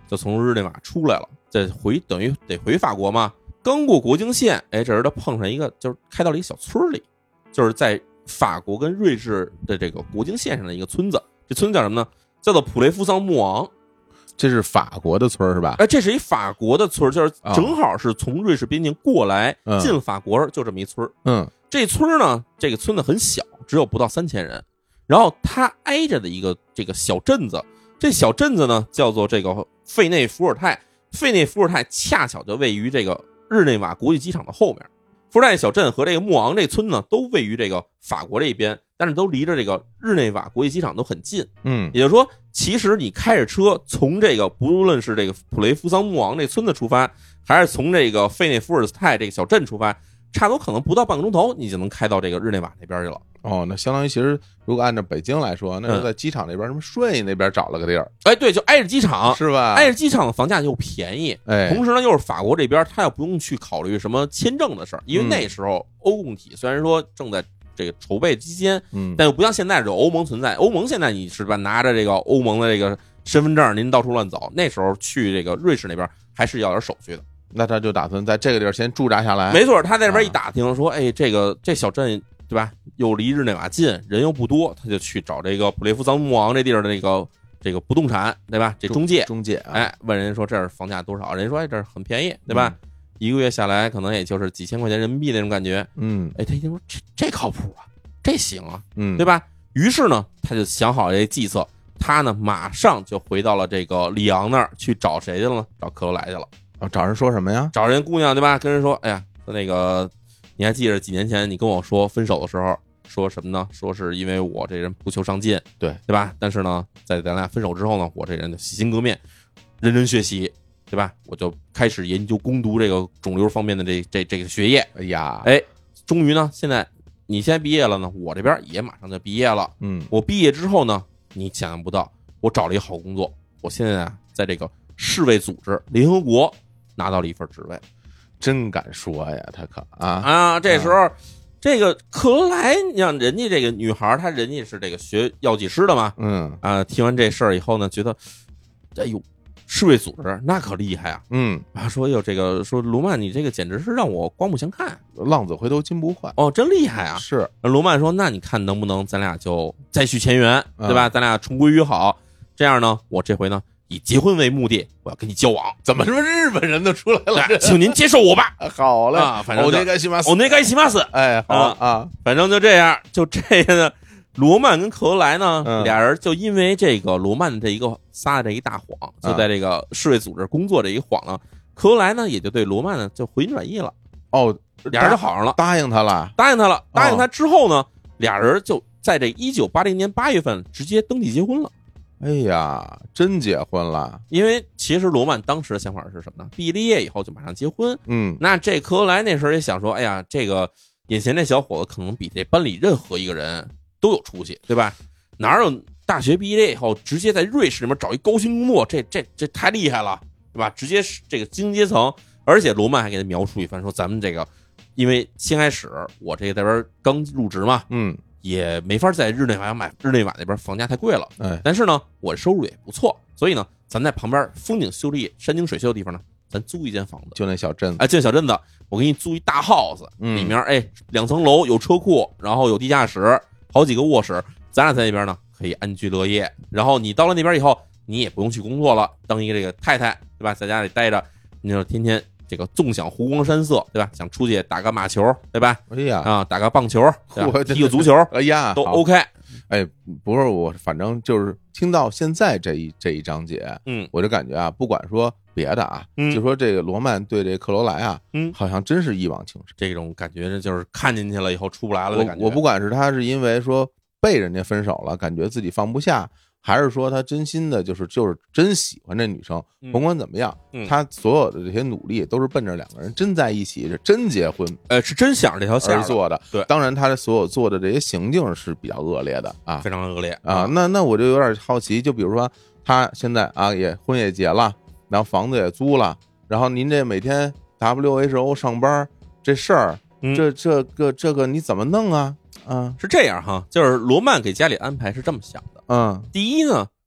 就从日内瓦出来了，等于得回法国嘛。刚过国境线，这时他碰上一个，就是开到了一个小村里，就是在法国跟瑞士的这个国境线上的一个村子。这村子叫什么呢？叫做普雷夫桑莫昂。 这是法国的村是吧？ 这是一法国的村，就是正好是从瑞士边境过来进法国，就这么一村。这村呢，这个村子很小，只有不到3000人。然后它挨着的一个这个小镇子，这小镇子呢叫做这个费内伏尔泰。费内伏尔泰恰巧就位于这个日内瓦国际机场的后面。伏尔泰小镇和这个莫昂这村呢，都位于这个法国这边，但是都离着这个日内瓦国际机场都很近。也就是说，其实你开着车从这个不论是这个普雷夫桑莫昂这村子出发，还是从这个费内伏尔泰这个小镇出发，差不多可能不到半个钟头，你就能开到这个日内瓦那边去了。 那相当于其实如果按照北京来说，那就在机场那边什么顺义那边找了个地儿。 对，就挨着机场是吧？ 挨着机场的房价又便宜，同时呢又是法国这边，他又不用去考虑什么签证的事儿，因为那时候欧共体虽然说正在这个筹备期间，但又不像现在有欧盟存在。欧盟现在你是吧，拿着这个欧盟的这个身份证，您到处乱走。那时候去这个瑞士那边还是要点手续的。 那他就打算在这个地儿先驻扎下来。 没错，他在那边一打听说，这小镇对吧，又离日内瓦近，人又不多，他就去找这个普雷夫桑莫昂这地儿的这个不动产，对吧？这中介，问人说这儿房价多少？人说这儿很便宜，对吧？一个月下来可能也就是几千块钱人民币那种感觉。他一听说这靠谱啊，这行啊，对吧？于是呢，他就想好这计策，他呢马上就回到了这个里昂那儿去找谁去了呢？找克罗莱去了。 找人说什么呀？ 找人姑娘，对吧？跟人说，那个你还记得几年前你跟我说分手的时候说什么呢？说是因为我这人不求上进，对吧？但是呢，在咱俩分手之后呢，我这人就洗心革面，认真学习，对吧？我就开始研究攻读这个肿瘤方面的这个学业。终于呢，现在你现在毕业了呢，我这边也马上就毕业了。我毕业之后呢，你想象不到，我找了一个好工作，我现在在这个世卫组织联合国拿到了一份职位。 真敢说呀，他可这时候这个克罗莱，你像人家这个女孩，她人家是这个学药剂师的嘛，听完这事儿以后呢，觉得世卫组织那可厉害啊，说这个说罗曼，你这个简直是让我刮目相看， 浪子回头金不换真厉害啊！ 是罗曼说，那你看能不能咱俩就再续前缘，对吧？咱俩重归于好，这样呢，我这回呢以结婚为目的，我要跟你交往。 怎么什么日本人都出来了？ 请您接受我吧。 好嘞， 反正我那该西马斯， 好反正就这样，这个呢，罗曼跟克罗莱呢，俩人就因为这个罗曼这一个撒的这一大谎，就在这个世卫组织工作这一谎呢，克罗莱呢也就对罗曼呢就回心转意了。俩人就好上了， 答应他了。 答应他之后呢，俩人就在这1980年8月份直接登记结婚了。 哎呀，真结婚了！ 因为其实罗曼当时的想法是什么呢？毕了业以后就马上结婚。那这克罗莱那时候也想说，哎呀，这个眼前这小伙子可能比这班里任何一个人都有出息，对吧？哪有大学毕业以后直接在瑞士里面找一高薪工作，这太厉害了，对吧？直接这个精英阶层。而且罗曼还给他描述一番，说咱们这个，因为先开始我这个在边刚入职嘛，也没法在日内瓦买，日内瓦那边房价太贵了。但是呢，我收入也不错，所以呢，咱在旁边风景秀丽、山清水秀的地方呢，咱租一间房子， 就那小镇子， 就小镇子，我给你租一大 house，里面2层楼，有车库，然后有地下室，好几个卧室，咱俩在那边呢可以安居乐业。然后你到了那边以后，你也不用去工作了，当一个这个太太，对吧？在家里待着，你就天天这个纵享湖光山色，对吧？想出去打个马球，对吧？打个棒球，踢个足球，都 OK。 不是我，反正就是听到现在这一章节，我就感觉不管说别的就说这个罗曼对这克罗莱好像真是一往情深， 这种感觉就是看进去了以后出不来了的感觉。 我不管是他是因为说被人家分手了，感觉自己放不下，还是说他真心的就是真喜欢这女生，甭管怎么样，他所有的这些努力都是奔着两个人真在一起，是真结婚， 是真想着这条线做的。对，当然他所有做的这些行径是比较恶劣的非常恶劣那我就有点好奇，就比如说他现在也婚也结了，然后房子也租了，然后您这每天 WHO 上班这事儿，这个你怎么弄啊？ 是这样哈，就是罗曼给家里安排是这么想的。第一呢，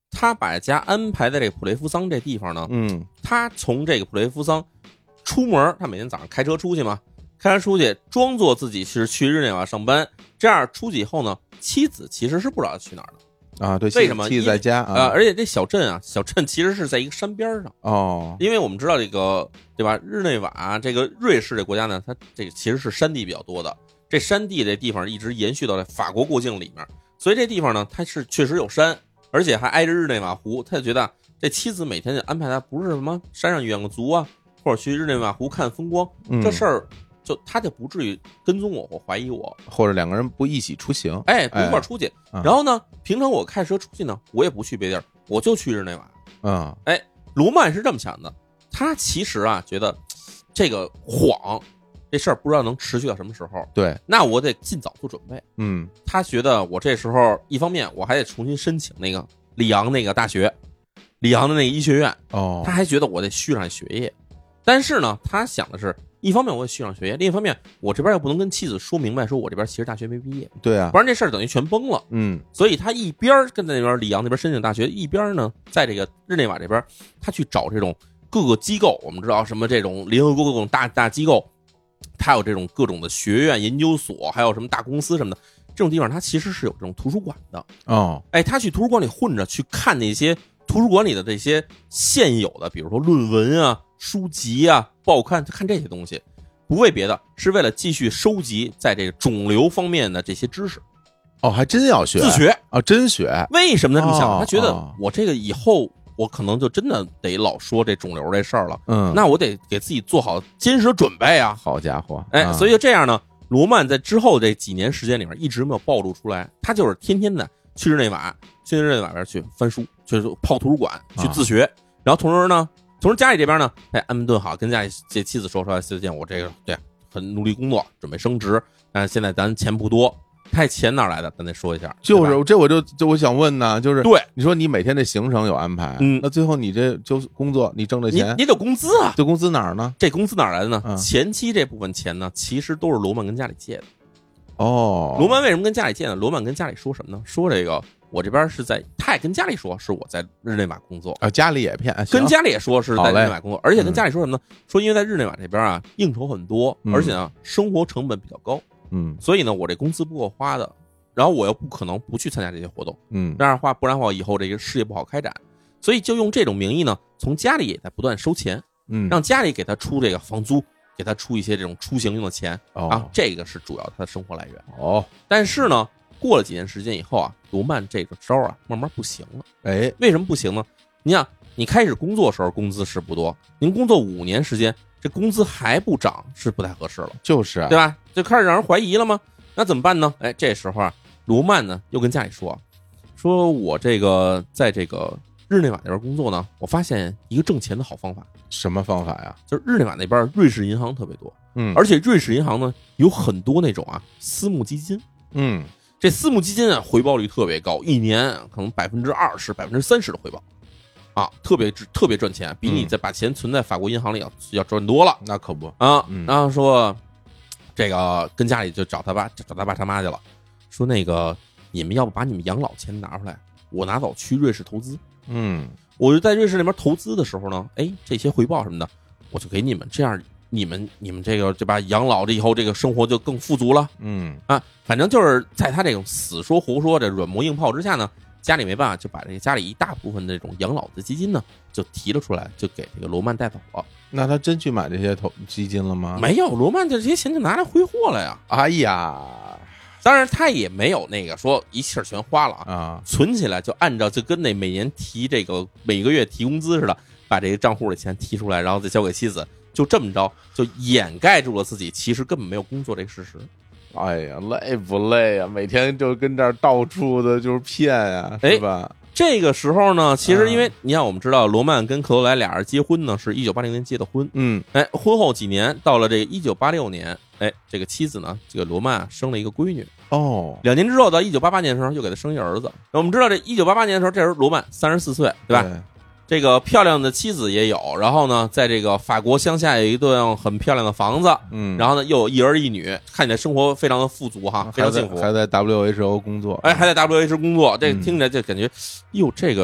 他把家安排在这个普雷夫桑这地方呢，他从这个普雷夫桑出门，他每天早上开车出去嘛，开车出去装作自己是去日内瓦上班，这样出去以后呢，妻子其实是不知道去哪儿的。 对， 为什么？ 妻子在家啊， 而且这小镇其实是在一个山边上哦， 因为我们知道这个对吧？日内瓦这个瑞士这国家呢，它这个其实是山地比较多的，这山地这地方一直延续到法国国境里面，所以这地方呢，它是确实有山，而且还挨着日内瓦湖，他就觉得这妻子每天就安排他不是什么山上远个足啊，或者去日内瓦湖看风光，这事儿。他就不至于跟踪我或怀疑我， 或者两个人不一起出行， 不一块出去。然后呢，平常我开车出去呢，我也不去别地儿，我就去日内瓦。罗曼是这么想的，他其实啊觉得这个谎这事儿不知道能持续到什么时候。 对， 那我得尽早做准备。他觉得我这时候一方面我还得重新申请那个里昂那个大学，里昂的那个医学院。他还觉得我得续上学业，但是呢，他想的是。一方面我也续上学业，另一方面我这边又不能跟妻子说明白，说我这边其实大学没毕业， 对啊， 不然这事儿等于全崩了。所以他一边跟在那边里昂那边申请大学，一边呢在这个日内瓦这边，他去找这种各个机构。我们知道什么这种联合国各种大机构，他有这种各种的学院、研究所，还有什么大公司什么的，这种地方他其实是有这种图书馆的。他去图书馆里混着，去看那些图书馆里的这些现有的，比如说论文啊、书籍啊、报刊，看这些东西，不为别的，是为了继续收集在这个肿瘤方面的这些知识。 还真要学， 自学啊，真学。 为什么这么想？他觉得我这个以后我可能就真的得老说这肿瘤这事儿了。那我得给自己做好坚实的准备啊。 好家伙， 所以就这样呢，罗曼在之后这几年时间里面一直没有暴露出来，他就是天天的去日内瓦边去翻书，就是泡图书馆去自学，然后同时家里这边呢，安顿好，跟家里这妻子说见我这个对很努力工作，准备升职，但是现在咱钱不多，他钱哪来的？咱得说一下。 就是这我想问呢，就是对你说你每天的行程有安排，那最后你这就工作，你挣的钱， 你得工资啊， 这工资哪儿呢？ 这工资哪儿来的呢？前期这部分钱呢，其实都是罗曼跟家里借的。罗曼为什么跟家里借呢？罗曼跟家里说什么呢？说这个我这边是他也跟家里说是我在日内瓦工作啊，家里也骗， 跟家里也说是在日内瓦工作，而且跟家里说什么呢？说因为在日内瓦这边啊应酬很多，而且呢生活成本比较高，所以呢我这工资不够花的，然后我又不可能不去参加这些活动，不然的话我以后这个事业不好开展，所以就用这种名义呢，从家里也在不断收钱，让家里给他出这个房租，给他出一些这种出行用的钱啊，这个是主要他的生活来源。但是呢。过了几年时间以后啊，罗曼这个招啊慢慢不行了。为什么不行呢？你想，你开始工作的时候工资是不多，您工作5年时间，这工资还不涨，是不太合适了。 就是对吧？就开始让人怀疑了吗？那怎么办呢？这时候啊，罗曼呢又跟家里说我这个在这个日内瓦那边工作呢，我发现一个挣钱的好方法。 什么方法呀？ 就是日内瓦那边瑞士银行特别多，而且瑞士银行呢有很多那种私募基金，这私募基金啊，回报率特别高，一年可能20%、30%的回报，啊，特别赚钱，比你再把钱存在法国银行里要赚多了。 那可不啊。然后说这个跟家里就找他爸他妈去了，说那个你们要不把你们养老钱拿出来，我拿走去瑞士投资。我就在瑞士那边投资的时候呢，这些回报什么的，我就给你们，这样你们这个对吧？养老这以后这个生活就更富足了。反正就是在他这种死说活说这软磨硬泡之下呢，家里没办法，就把这个家里一大部分的这种养老的基金呢，就提了出来，就给这个罗曼带走了。 那他真去买这些基金了吗？ 没有，罗曼这些钱就拿来挥霍了呀。 哎呀， 当然他也没有那个说一气儿全花了啊， 存起来就按照就跟那每年提这个每个月提工资似的，把这个账户的钱提出来，然后再交给妻子。就这么着，就掩盖住了自己其实根本没有工作这个事实。 哎呀，累不累啊？每天就跟这儿到处的就是骗呀，是吧？ 这个时候呢，其实因为你看，我们知道罗曼跟克罗莱俩人结婚呢，是1980年结的婚。婚后几年，到了这个1986年，这个妻子呢，这个罗曼生了一个闺女。2年之后，到1988年的时候，又给他生一儿子。我们知道这1988年的时候，这时候罗曼34岁，对吧？这个漂亮的妻子也有，然后呢，在这个法国乡下有一栋很漂亮的房子，然后呢又有一儿一女，看起来生活非常的富足哈，非常幸福。 还在 WHO 工作， 还在 WHO 工作，这听起来就感觉，哟，这个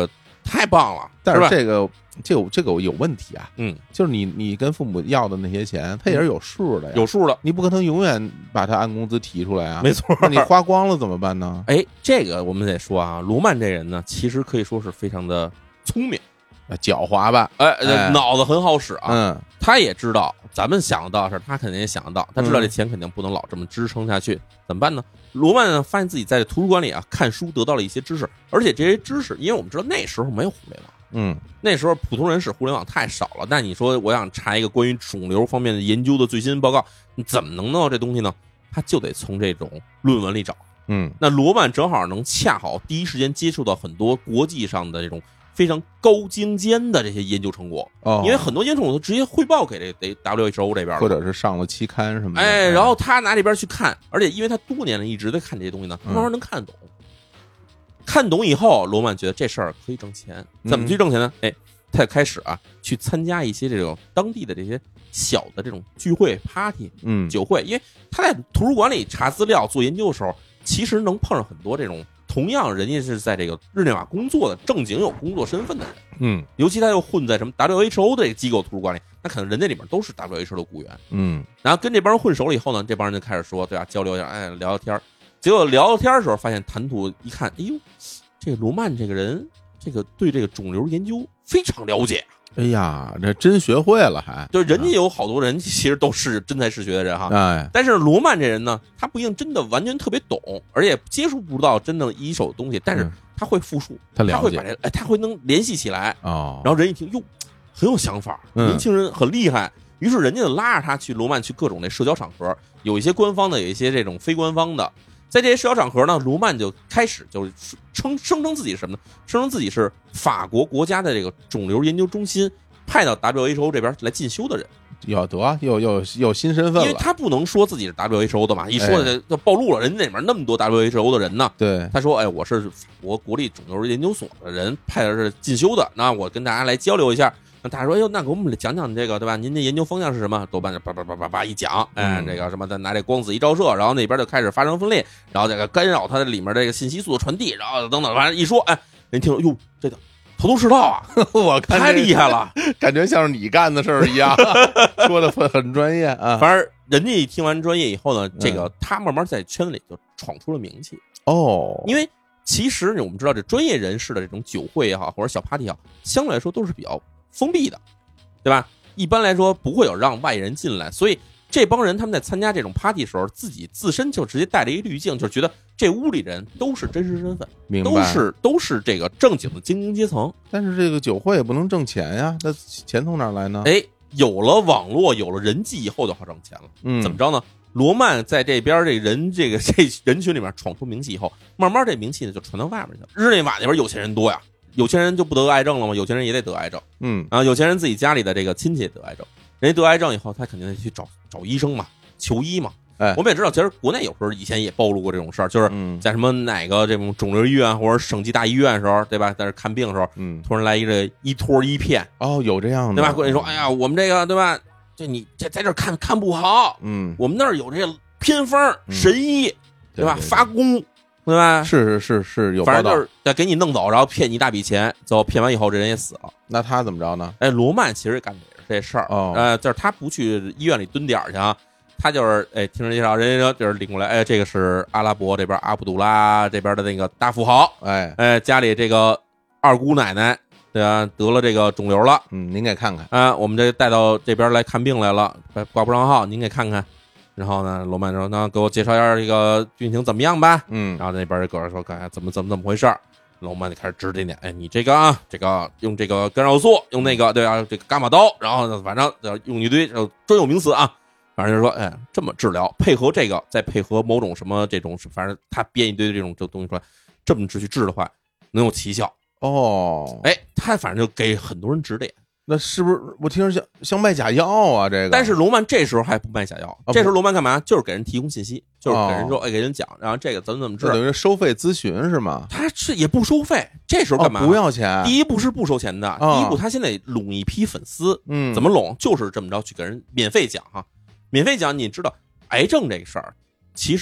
太棒了。 但是这个有问题啊，就是你跟父母要的那些钱，他也是有数的呀， 有数的， 你不可能永远把他按工资提出来啊， 没错。 那你花光了怎么办呢？ 哎，这个我们得说啊，罗曼这人呢，其实可以说是非常的聪明。 狡猾吧， 脑子很好使啊。 他也知道咱们想得到的事，他肯定也想得到。他知道这钱肯定不能老这么支撑下去，怎么办呢？罗曼呢，发现自己在图书馆里啊看书得到了一些知识，而且这些知识，因为我们知道那时候没有互联网，那时候普通人士互联网太少了。但你说我想查一个关于肿瘤方面的研究的最新报告，你怎么能弄到这东西呢？他就得从这种论文里找。那罗曼正好能恰好第一时间接触到很多国际上的这种非常高精尖的这些研究成果，因为很多研究成果都直接汇报给这 WHO 这边， 或者是上了期刊什么的。 然后他拿这边去看，而且因为他多年了一直在看这些东西呢，慢慢能看懂。看懂以后，罗曼觉得这事儿可以挣钱，怎么去挣钱呢？他就开始啊去参加一些这种当地的这些小的这种聚会 party，酒会，因为他在图书馆里查资料做研究的时候，其实能碰上很多这种。同样，人家是在这个日内瓦工作的正经有工作身份的人，尤其他又混在什么 WHO 的这个机构图书馆里，那可能人家里面都是 WHO 的雇员，然后跟这帮人混熟了以后呢，这帮人就开始说，对吧？交流一下，聊聊天。结果聊聊天的时候，发现谈吐一看，哎呦，这个罗曼这个人，这个对这个肿瘤研究非常了解。 哎呀，这真学会了还， 对，人家有好多人其实都是真才实学的人哈，但是罗曼这人呢，他不一定真的完全特别懂，而且接触不到真正一手的东西，但是他会复述， 他了解， 他会把这，他会能联系起来然后人一听，哟，很有想法，年轻人很厉害，于是人家就拉着他去罗曼去各种那社交场合，有一些官方的，有一些这种非官方的。在这些社交场合呢，罗曼就开始就声称自己是什么呢？声称自己是法国国家的这个肿瘤研究中心派到 WHO 这边来进修的人。 有新身份了， 因为他不能说自己是 WHO 的嘛，一说就暴露了，人家那边那么多 WHO 的人呢。 对， 他说：“我是法国国立肿瘤研究所的人，派的是进修的，那我跟大家来交流一下。”那大家说：“哟，那给我们讲讲这个，对吧？您的研究方向是什么？”豆瓣就叭一讲，这个什么，拿这光子一照射，然后那边就开始发生分裂，然后这个干扰它的里面这个信息素的传递，然后等等，反正一说，人听了，哟，这个头头是道啊！ 我看太厉害了， 感觉像是你干的事儿一样，说的很专业啊。 反正人家一听完专业以后呢，这个他慢慢在圈子里就闯出了名气因为其实我们知道这专业人士的这种酒会也好，或者小 party 也好，相对来说都是比较封闭的，对吧？一般来说不会有让外人进来，所以这帮人他们在参加这种 party 的时候，自身就直接带了一滤镜，就觉得这屋里人都是真实身份，都是这个正经的精英阶层。 但是这个酒会也不能挣钱呀，那钱从哪来呢？ 有了网络，有了人际以后就好挣钱了。怎么着呢？罗曼在这边这人群里面闯出名气以后，慢慢这名气呢就传到外面去了。日内瓦那边有钱人多呀，有钱人就不得癌症了吗？有钱人也得得癌症。然后有钱人自己家里的这个亲戚也得癌症，人家得癌症以后，他肯定得去找医生嘛，求医嘛。我们也知道，其实国内有时候以前也暴露过这种事儿，就是在什么哪个这种肿瘤医院或者省级大医院的时候，对吧？在这看病的时候，突然来一托一片， 有这样的， 对吧？跟你说，哎呀，我们这个对吧？这你在这看不好，我们那儿有这个偏方神医，对吧？发功，对吧？ 是有报道， 反正就是再给你弄走，然后骗你一大笔钱，最后骗完以后，这人也死了。 那他怎么着呢？ 罗曼其实干的也是这事儿，就是他不去医院里蹲点去啊。他就是听人介绍，人家就是领过来，这个是阿拉伯这边阿卜杜拉这边的那个大富豪，家里这个二姑奶奶，对吧？得了这个肿瘤了， 您给看看我们这带到这边来看病来了，挂不上号，您给看看。然后呢，罗曼说：“那给我介绍一下这个病情怎么样吧？”然后那边这个人说：“看怎么回事？”罗曼就开始指这点，你这个这个用这个干扰素，用那个对啊，这个伽马刀，然后呢，反正用一堆专有名词啊。反正就是说，这么治疗，配合这个，再配合某种什么这种，反正他编一堆这种东西出来，这么去治的话，能有奇效他反正就给很多人指点。 那是不是我听着像卖假药啊？这个， 但是罗曼这时候还不卖假药，这时候罗曼干嘛？就是给人提供信息，就是给人说，给人讲，然后这个怎么治， 等于收费咨询是吗？ 他是也不收费，这时候干嘛？ 不要钱。 第一步是不收钱的，第一步他现在拢一批粉丝，怎么拢？就是这么着去给人免费讲哈。免费讲，你知道癌症这个事儿，其实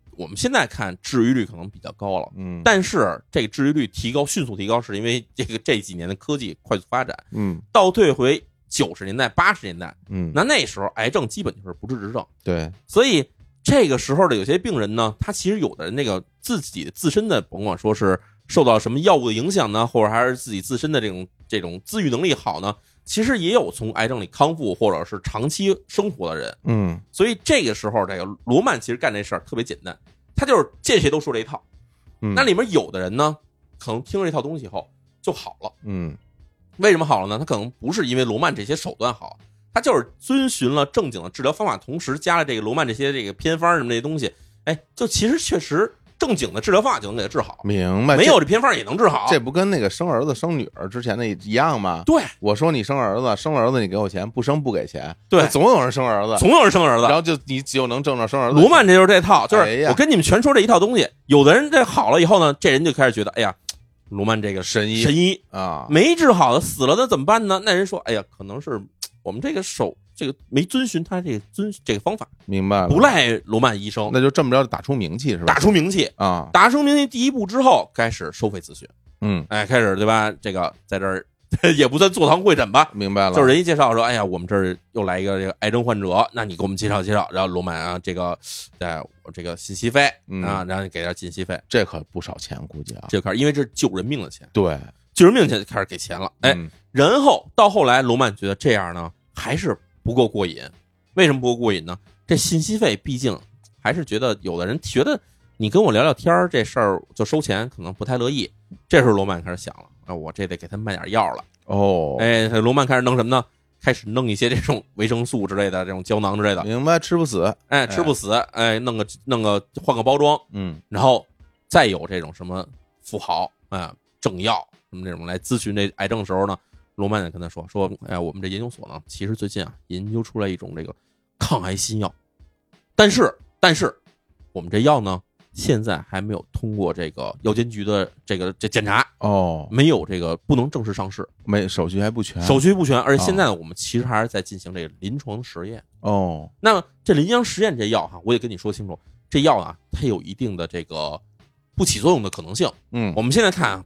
我们现在看治愈率可能比较高了，但是这个治愈率迅速提高，是因为这几年的科技快速发展，倒退回90年代、80年代，那时候癌症基本就是不治之症， 对，所以这个时候的有些病人呢，他其实有的人那个自己自身的，甭管说是受到什么药物的影响呢，或者还是自己自身的这种自愈能力好呢，其实也有从癌症里康复或者是长期生活的人，所以这个时候这个罗曼其实干这事儿特别简单，他就是见谁都说这一套，那里面有的人呢，可能听了这套东西以后就好了，为什么好了呢？他可能不是因为罗曼这些手段好，他就是遵循了正经的治疗方法，同时加了这个罗曼这些这个偏方什么这些东西，就其实确实正经的治疗方法就能给他治好。 明白？ 没有这偏方也能治好。 这不跟那个生儿子生女儿之前的一样吗？ 对， 我说你生儿子你给我钱，不生不给钱。 对， 总有人生儿子，然后你就能挣着生儿子。 罗曼这就是这套，就是我跟你们全说这一套东西。有的人这好了以后呢，这人就开始觉得，哎呀，罗曼这个神医啊， 没治好的死了，那怎么办呢？那人说，哎呀，可能是我们这个没遵循他这个方法， 明白了？ 不赖罗曼医生， 那就这么着打出名气是吧？ 打出名气啊！ 打出名气第一步之后，开始收费咨询，开始对吧？这个在这儿也不算坐堂会诊吧， 明白了？ 就是人家介绍说，哎呀，我们这儿又来一个这个癌症患者，那你给我们介绍介绍，然后罗曼啊，这个我这个信息费啊，然后你给点信息费， 这可不少钱，估计啊， 这开始因为这是救人命的钱， 对， 救人命钱开始给钱了，然后到后来罗曼觉得这样呢还是不够过瘾。为什么不够过瘾呢？这信息费毕竟还是觉得有的人觉得你跟我聊聊天这事儿就收钱，可能不太乐意。这时候罗曼开始想了，我这得给他卖点药了。罗曼开始弄什么呢？开始弄一些这种维生素之类的，这种胶囊之类的。 明白，吃不死， 吃不死，弄个换个包装，然后再有这种什么富豪政要什么这种来咨询这癌症的时候呢，罗曼也跟他说，我们这研究所呢，其实最近研究出来一种这个抗癌新药，但是我们这药呢，现在还没有通过这个药监局的这检查没有这个不能正式上市， 手续还不全， 而且现在呢，我们其实还是在进行这个临床实验。那么这临床实验这药我也跟你说清楚，这药啊，它有一定的这个不起作用的可能性。我们现在看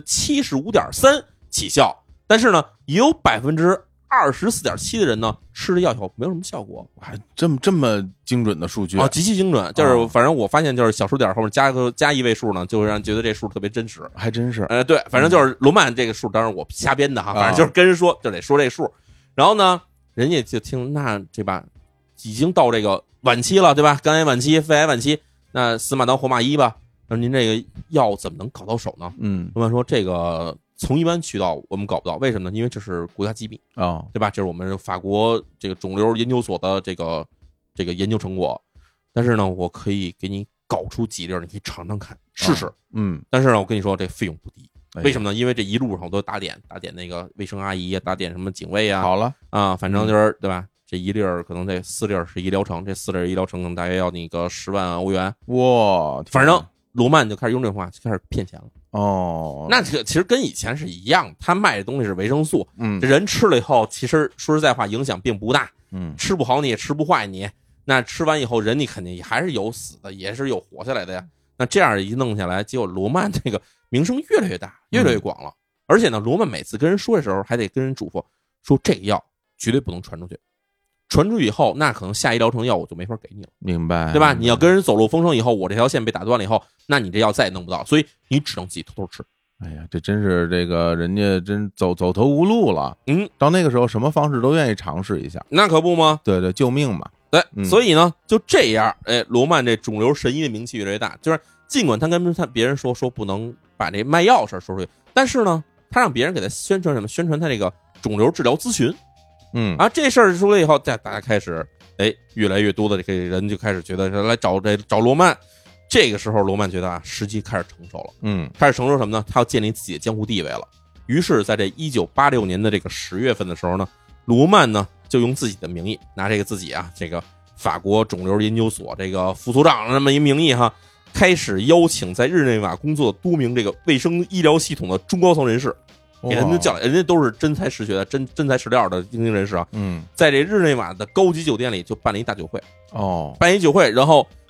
75.3%起效。但是呢，也有24.7%的人呢，吃了药以后没有什么效果， 还这么精准的数据极其精准。就是反正我发现，就是小数点后面加一位数呢，就会让人觉得这数特别真实， 还真是。 对，反正就是罗曼这个数，当然我瞎编的反正就是跟人说就得说这数。然后呢，人家就听那这吧，已经到这个晚期了，对吧？肝癌晚期、肺癌晚期，那死马当活马医吧。那您这个药怎么能搞到手呢？罗曼说这个。从一般渠道我们搞不到，为什么呢？因为这是国家机密对吧？这是我们法国这个肿瘤研究所的这个研究成果。但是呢，我可以给你搞出几粒，你可以尝尝看，试试。但是呢，我跟你说，这费用不低。为什么呢？因为这一路上我都打点那个卫生阿姨打点什么警卫好了反正就是对吧？这一粒可能这4粒是医疗程，这4粒医疗程可能大约要你个10万欧元。 哇， 反正罗曼就开始用这种方法，就开始骗钱了。那这个其实跟以前是一样，他卖的东西是维生素，这人吃了以后，其实说实在话影响并不大，吃不好你也吃不坏你，那吃完以后人你肯定还是有死的，也是有活下来的呀。那这样一弄下来，结果罗曼这个名声越来越大，越来越广了。而且呢，罗曼每次跟人说的时候，还得跟人嘱咐说这个药绝对不能传出去。传出去以后，那可能下一疗程药我就没法给你了， 明白对吧？你要跟人走漏风声以后，我这条线被打断了以后，那你这药再也弄不到，所以你只能自己偷偷吃。 哎呀，这真是这个人家真走投无路了。到那个时候，什么方式都愿意尝试一下， 那可不吗？ 对，救命嘛。 对，所以呢，就这样，罗曼这肿瘤神医的名气越来越大。就是尽管他跟别人说不能把这卖药事说出去，但是呢，他让别人给他宣传什么？宣传他这个肿瘤治疗咨询。这事儿出来以后，大家开始越来越多的这个人就开始觉得来找罗曼。这个时候罗曼觉得时机开始成熟了，开始成熟什么呢？他要建立自己的江湖地位了。于是在这1986年的这个10月份的时候呢，罗曼呢就用自己的名义，拿这个自己这个法国肿瘤研究所这个副所长那么一名义开始邀请在日内瓦工作的多名这个卫生医疗系统的中高层人士，给人家叫来，人家都是真才实学的、真材实料的精英人士在这日内瓦的高级酒店里就办了一大酒会，办一酒会，然后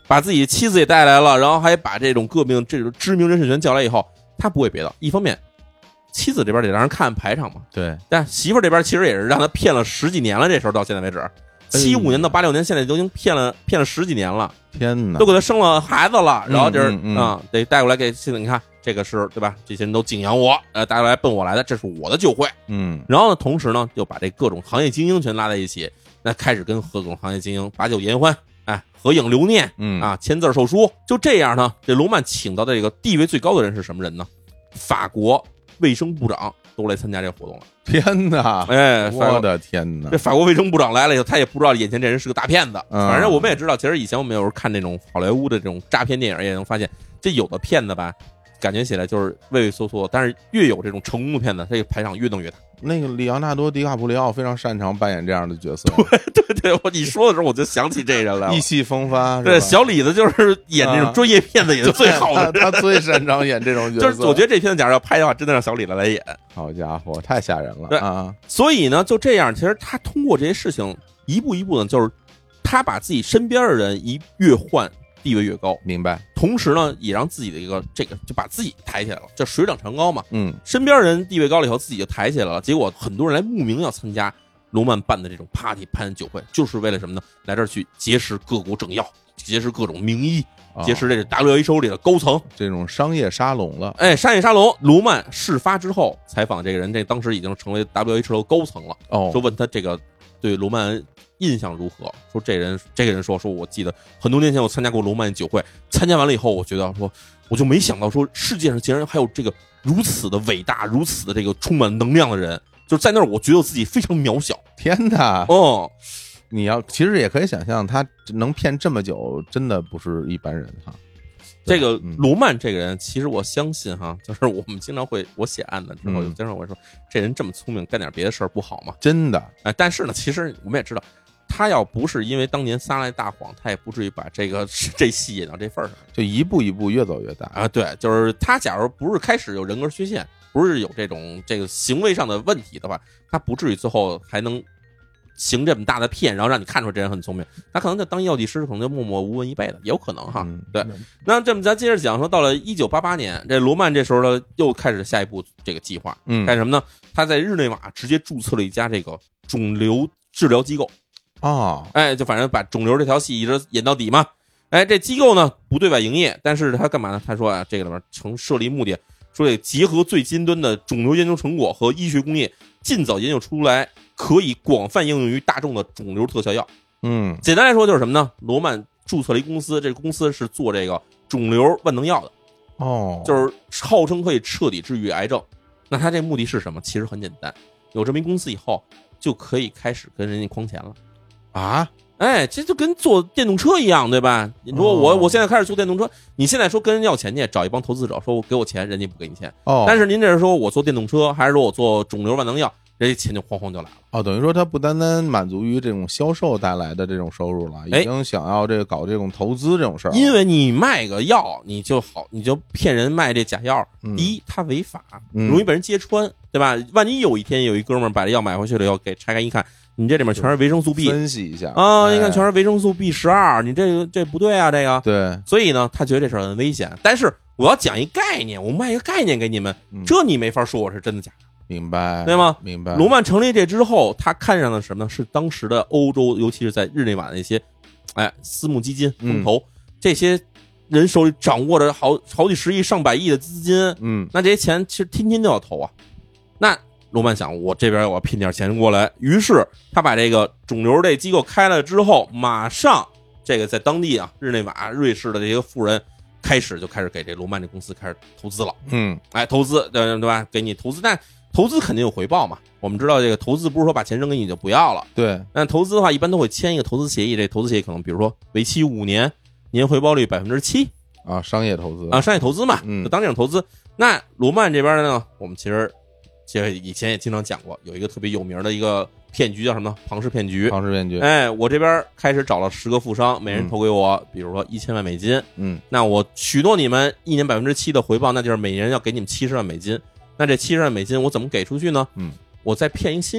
把自己妻子也带来了，然后还把这种各名这种知名人士全叫来以后，他不为别的，一方面妻子这边得让人看排场嘛， 对， 但媳妇这边其实也是让他骗了10几年了，这时候到现在为止，75年到86年，现在都已经骗了10几年了， 天哪， 都给他生了孩子了，然后就是得带过来给妻子，你看这个是对吧？这些人都敬仰我，带过来奔我来的，这是我的酒会，然后呢，同时呢，就把这各种行业精英全拉在一起，那开始跟各种行业精英把酒言欢，合影留念，签字售书，就这样呢，这罗曼请到的这个地位最高的人是什么人呢？法国卫生部长都来参加这个活动了。 天哪！我的天哪！ 这法国卫生部长来了以后，他也不知道眼前这人是个大骗子。反正我们也知道，其实以前我们有时候看那种好莱坞的这种诈骗电影，也能发现，这有的骗子吧，感觉起来就是畏畏缩缩，但是越有这种成功的骗子，这个排场越弄越大。 那个里昂纳多·迪卡普里奥非常擅长扮演这样的角色。 对，你说的时候我就想起这人来了， 意气风发。 对，小李子就是演这种专业骗子演的最好的， 他最擅长演这种角色。 就是我觉得这片子假如要拍的话，真的让小李子来演。 好家伙，太吓人了。 对啊！ 所以呢，就这样，其实他通过这些事情一步一步呢，就是他把自己身边的人越换地位越高， 明白。 同时呢，也让自己的一个这个就把自己抬起来了，这水涨船高嘛。身边人地位高了以后，自己就抬起来了。结果很多人来慕名要参加罗曼办的这种 party 潘酒会，就是为了什么呢？来这儿去结识各国政要，结识各种名医，结识这个 WHO 里的高层， 这种商业沙龙了。 商业沙龙。罗曼事发之后采访这个人，这当时已经成为 WHO 高层了。就问他这个对罗曼印象如何？说这个人说我记得很多年前我参加过罗曼酒会，参加完了以后，我觉得说我就没想到说世界上竟然还有这个如此的伟大、如此的这个充满能量的人，就是在那儿我觉得自己非常渺小。 天哪！你其实也可以想象，他能骗这么久，真的不是一般人哈。 这个罗曼这个人，其实我相信哈，就是我们经常我写案子之后，就经常会说，这人这么聪明，干点别的事儿不好吗？ 真的。 但是呢，其实我们也知道，他要不是因为当年撒了大谎，他也不至于把这戏演到这份儿上， 就一步一步越走越大啊。对，就是他假如不是开始有人格缺陷，不是有这个行为上的问题的话，他不至于最后还能行这么大的骗，然后让你看出这人很聪明。他可能就当药剂师，可能就默默无闻一辈子，也有可能哈。对，那这么咱接着讲说，到了1988年，这罗曼这时候呢又开始下一步这个计划，干什么呢？他在日内瓦直接注册了一家这个肿瘤治疗机构。就反正把肿瘤这条戏一直演到底嘛。这机构呢不对外营业，但是他干嘛呢？他说这个里面曾设立目的，说得结合最尖端的肿瘤研究成果和医学工业，尽早研究出来可以广泛应用于大众的肿瘤特效药。简单来说就是什么呢？罗曼注册了一公司，这个公司是做这个肿瘤万能药的。就是号称可以彻底治愈癌症。那他这目的是什么？其实很简单，有这么一公司以后，就可以开始跟人家诓钱了。这就跟做电动车一样，对吧？你说我现在开始做电动车，你现在说跟人要钱去，找一帮投资者说我给我钱，人家不给你钱。但是您这是说我做电动车，还是说我做肿瘤万能药，人家钱就哐哐就来了。 等于说他不单单满足于这种销售带来的这种收入了，已经想要搞这种投资这种事儿。 因为你卖个药，你就骗人卖这假药。第一，它违法，容易被人揭穿，对吧？万一有一天有一哥们儿把这药买回去了，要给拆开一看，你这里面全是维生素 B， 分析一下你看全是维生素 B12，你这不对啊，这个。 对， 所以呢，他觉得这事儿很危险。但是我要讲一概念，我卖一个概念给你们，这你没法说我是真的假的。 明白， 对吗？ 明白。 罗曼成立这之后，他看上的什么呢？是当时的欧洲，尤其是在日内瓦的那些，私募基金、风投，这些人手里掌握着好几十亿、上百亿的资金。那这些钱其实天天都要投啊。那罗曼想，我这边我要拼点钱过来，于是他把这个肿瘤这机构开了之后，马上这个在当地日内瓦、瑞士的这些富人开始给这罗曼这公司开始投资了。投资对吧？给你投资，但投资肯定有回报嘛。我们知道这个投资不是说把钱扔给你就不要了。 对。 但投资的话，一般都会签一个投资协议。这投资协议可能比如说为期5年，年回报率7%。 商业投资商业投资嘛，就当这种投资。那罗曼这边呢，我们其实以前也经常讲过，有一个特别有名的一个骗局叫什么？庞氏骗局。我这边开始找了10个富商，每人投给我，比如说$1000万美金。那我许诺你们1年7%的回报，那就是每人要给你们$70万美金。那这$70万美金我怎么给出去呢？我再骗一新人，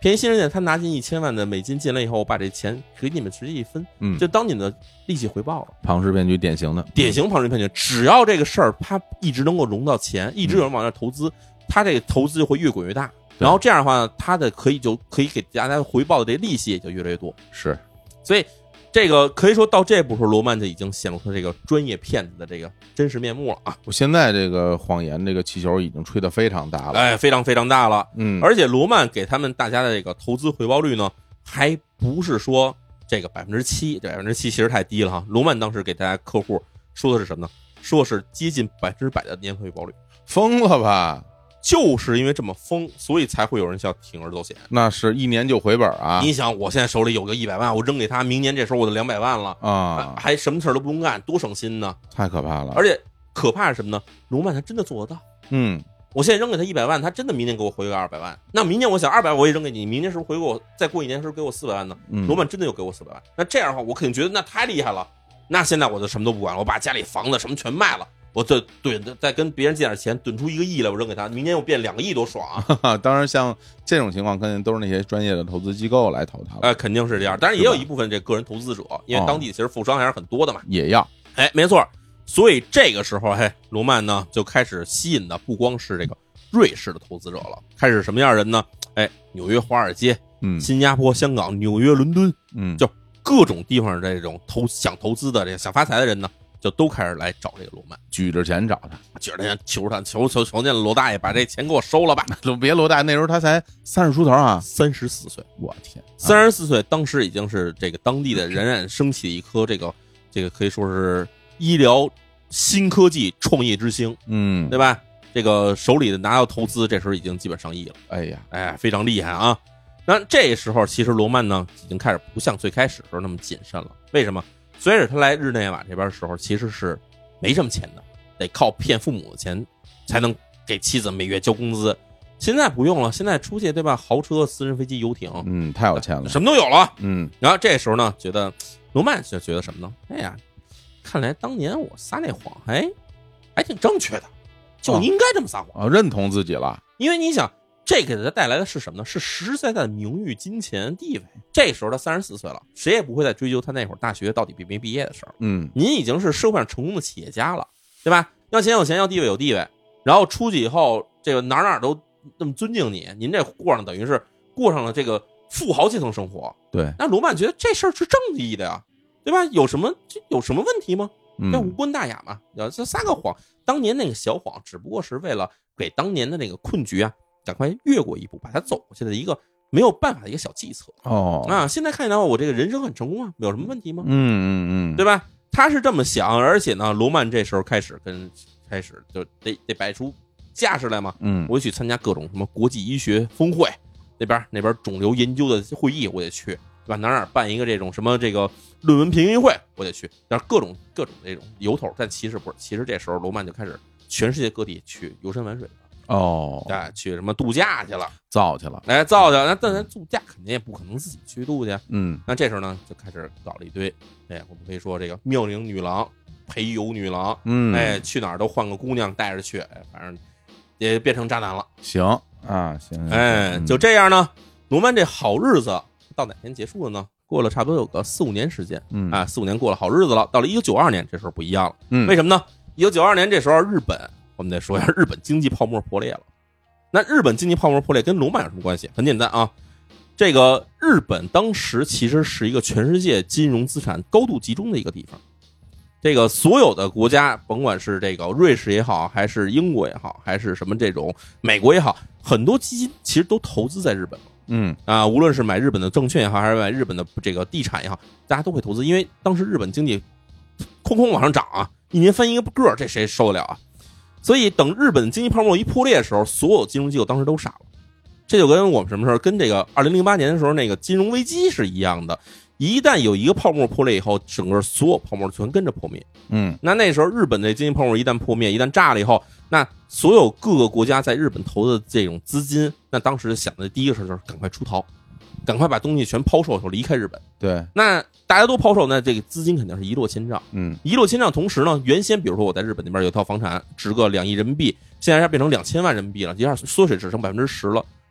便宜新世界他拿进1000万的美金进来以后，我把这钱给你们直接一分，就当你们的利息回报了。 庞氏骗局典型庞氏骗局，只要这个事儿他一直能够融到钱，一直有人往那投资，他这个投资就会越滚越大。然后这样的话，他的可以给大家回报的这利息也就越来越多。 是， 所以这个可以说到这步时候，罗曼就已经显露出这个专业骗子的这个真实面目了啊！ 我现在这个谎言这个气球已经吹得非常大了， 哎，非常非常大了。而且罗曼给他们大家的这个投资回报率呢，还不是说这个7%，这7%其实太低了哈。罗曼当时给大家客户说的是什么呢？说是接近100%的年回报率， 疯了吧？ 就是因为这么疯，所以才会有人想铤而走险。 那是1年就回本啊！ 你想，我现在手里有个100万，我扔给他，明年这时候我就200万了啊，还什么事都不用干，多省心呢！ 太可怕了。 而且可怕是什么呢？罗曼他真的做得到。我现在扔给他100万，他真的明年给我回个200万。那明年我想200万我也扔给你，明年是不是回给我？再过1年是不是给我400万呢？罗曼真的又给我400万。那这样的话，我肯定觉得那太厉害了。那现在我就什么都不管了，我把家里房子什么全卖了。我再跟别人借点钱，怼出1个亿来，我扔给他，明年我变2个亿，多爽啊！ 当然，像这种情况，肯定都是那些专业的投资机构来投他了。 肯定是这样。当然，也有一部分这个人投资者，因为当地其实富商还是很多的嘛， 也要。 没错。所以这个时候，罗曼呢就开始吸引的不光是这个瑞士的投资者了，开始什么样的人呢？纽约、华尔街，新加坡、香港、纽约、伦敦，就各种地方的这种想投资的、这个想发财的人呢。就都开始来找这个罗曼， 举着钱找他， 举着钱求他，求见罗大爷把这钱给我收了吧！ 别罗大爷那时候他才30出头啊 ，34岁， 我天 ，34岁，当时已经是这个当地的冉冉升起的一颗这个可以说是医疗新科技创业之星，对吧？这个手里的拿到投资，这时候已经基本上亿了，非常厉害啊！那这时候其实罗曼呢，已经开始不像最开始的时候那么谨慎了，为什么？虽然他来日内瓦这边的时候，其实是没什么钱的，得靠骗父母的钱才能给妻子每月交工资。现在不用了，现在出去对吧？豪车、私人飞机、游艇， 太有钱了， 什么都有了。然后这时候呢，觉得罗曼就觉得什么呢？哎呀，看来当年我撒那谎，还挺正确的，就应该这么撒谎认同自己了。 因为你想。这给他带来的是什么呢？是实实在在的名誉、金钱、地位。这时候他34岁了，谁也不会再追究他那会儿大学到底毕没毕业的事儿。您已经是社会上成功的企业家了，对吧？要钱有钱，要地位有地位，然后出去以后，这个哪儿都那么尊敬你，您这过上等于是过上了这个富豪阶层生活。 对， 那罗曼觉得这事儿是正义的呀，对吧？有什么问题吗？这无关大雅嘛，这撒个谎，当年那个小谎只不过是为了给当年的那个困局啊。赶快越过一步，把它走过去的一个没有办法的一个小计策现在看起来我这个人生很成功啊，有什么问题吗？对吧？他是这么想，而且呢，罗曼这时候开始就得摆出架势来嘛。我去参加各种什么国际医学峰会，那边肿瘤研究的会议我得去，对吧？哪办一个这种什么这个论文评议会我得去，但是各种这种由头，但其实不是，其实这时候罗曼就开始全世界各地去游山玩水。去什么度假去了， 造去了， 那但咱度假肯定也不可能自己去度去，那这时候呢就开始搞了一堆，我们可以说这个妙龄女郎、陪游女郎，去哪儿都换个姑娘带着去，反正也变成渣男了。 行， 就这样呢，罗曼这好日子到哪天结束了呢？过了差不多有个4-5年时间，4-5年过了好日子了。到了1992年，这时候不一样了，为什么呢？1992年这时候日本。我们得说一下，日本经济泡沫破裂了。那日本经济泡沫破裂跟罗曼有什么关系？很简单啊，这个日本当时其实是一个全世界金融资产高度集中的一个地方。这个所有的国家，甭管是这个瑞士也好，还是英国也好，还是什么这种美国也好，很多基金其实都投资在日本。无论是买日本的证券也好，还是买日本的这个地产也好，大家都会投资，因为当时日本经济空往上涨啊，一年翻一个个，这谁受得了啊？所以等日本经济泡沫一破裂的时候，所有金融机构当时都傻了。这就跟我们什么时候跟这个2008年的时候那个金融危机是一样的，一旦有一个泡沫破裂以后，整个所有泡沫全跟着破灭。那时候日本的经济泡沫一旦破灭，一旦炸了以后，那所有各个国家在日本投的这种资金，那当时想的第一个事就是赶快出逃，赶快把东西全抛售以后离开日本。 对， 那大家都抛售，那这个资金肯定是一落千丈。一落千丈，同时呢，原先比如说我在日本那边有套房产，值个2亿人民币，现在要变成2000万人民币了，一下缩水只剩10%了。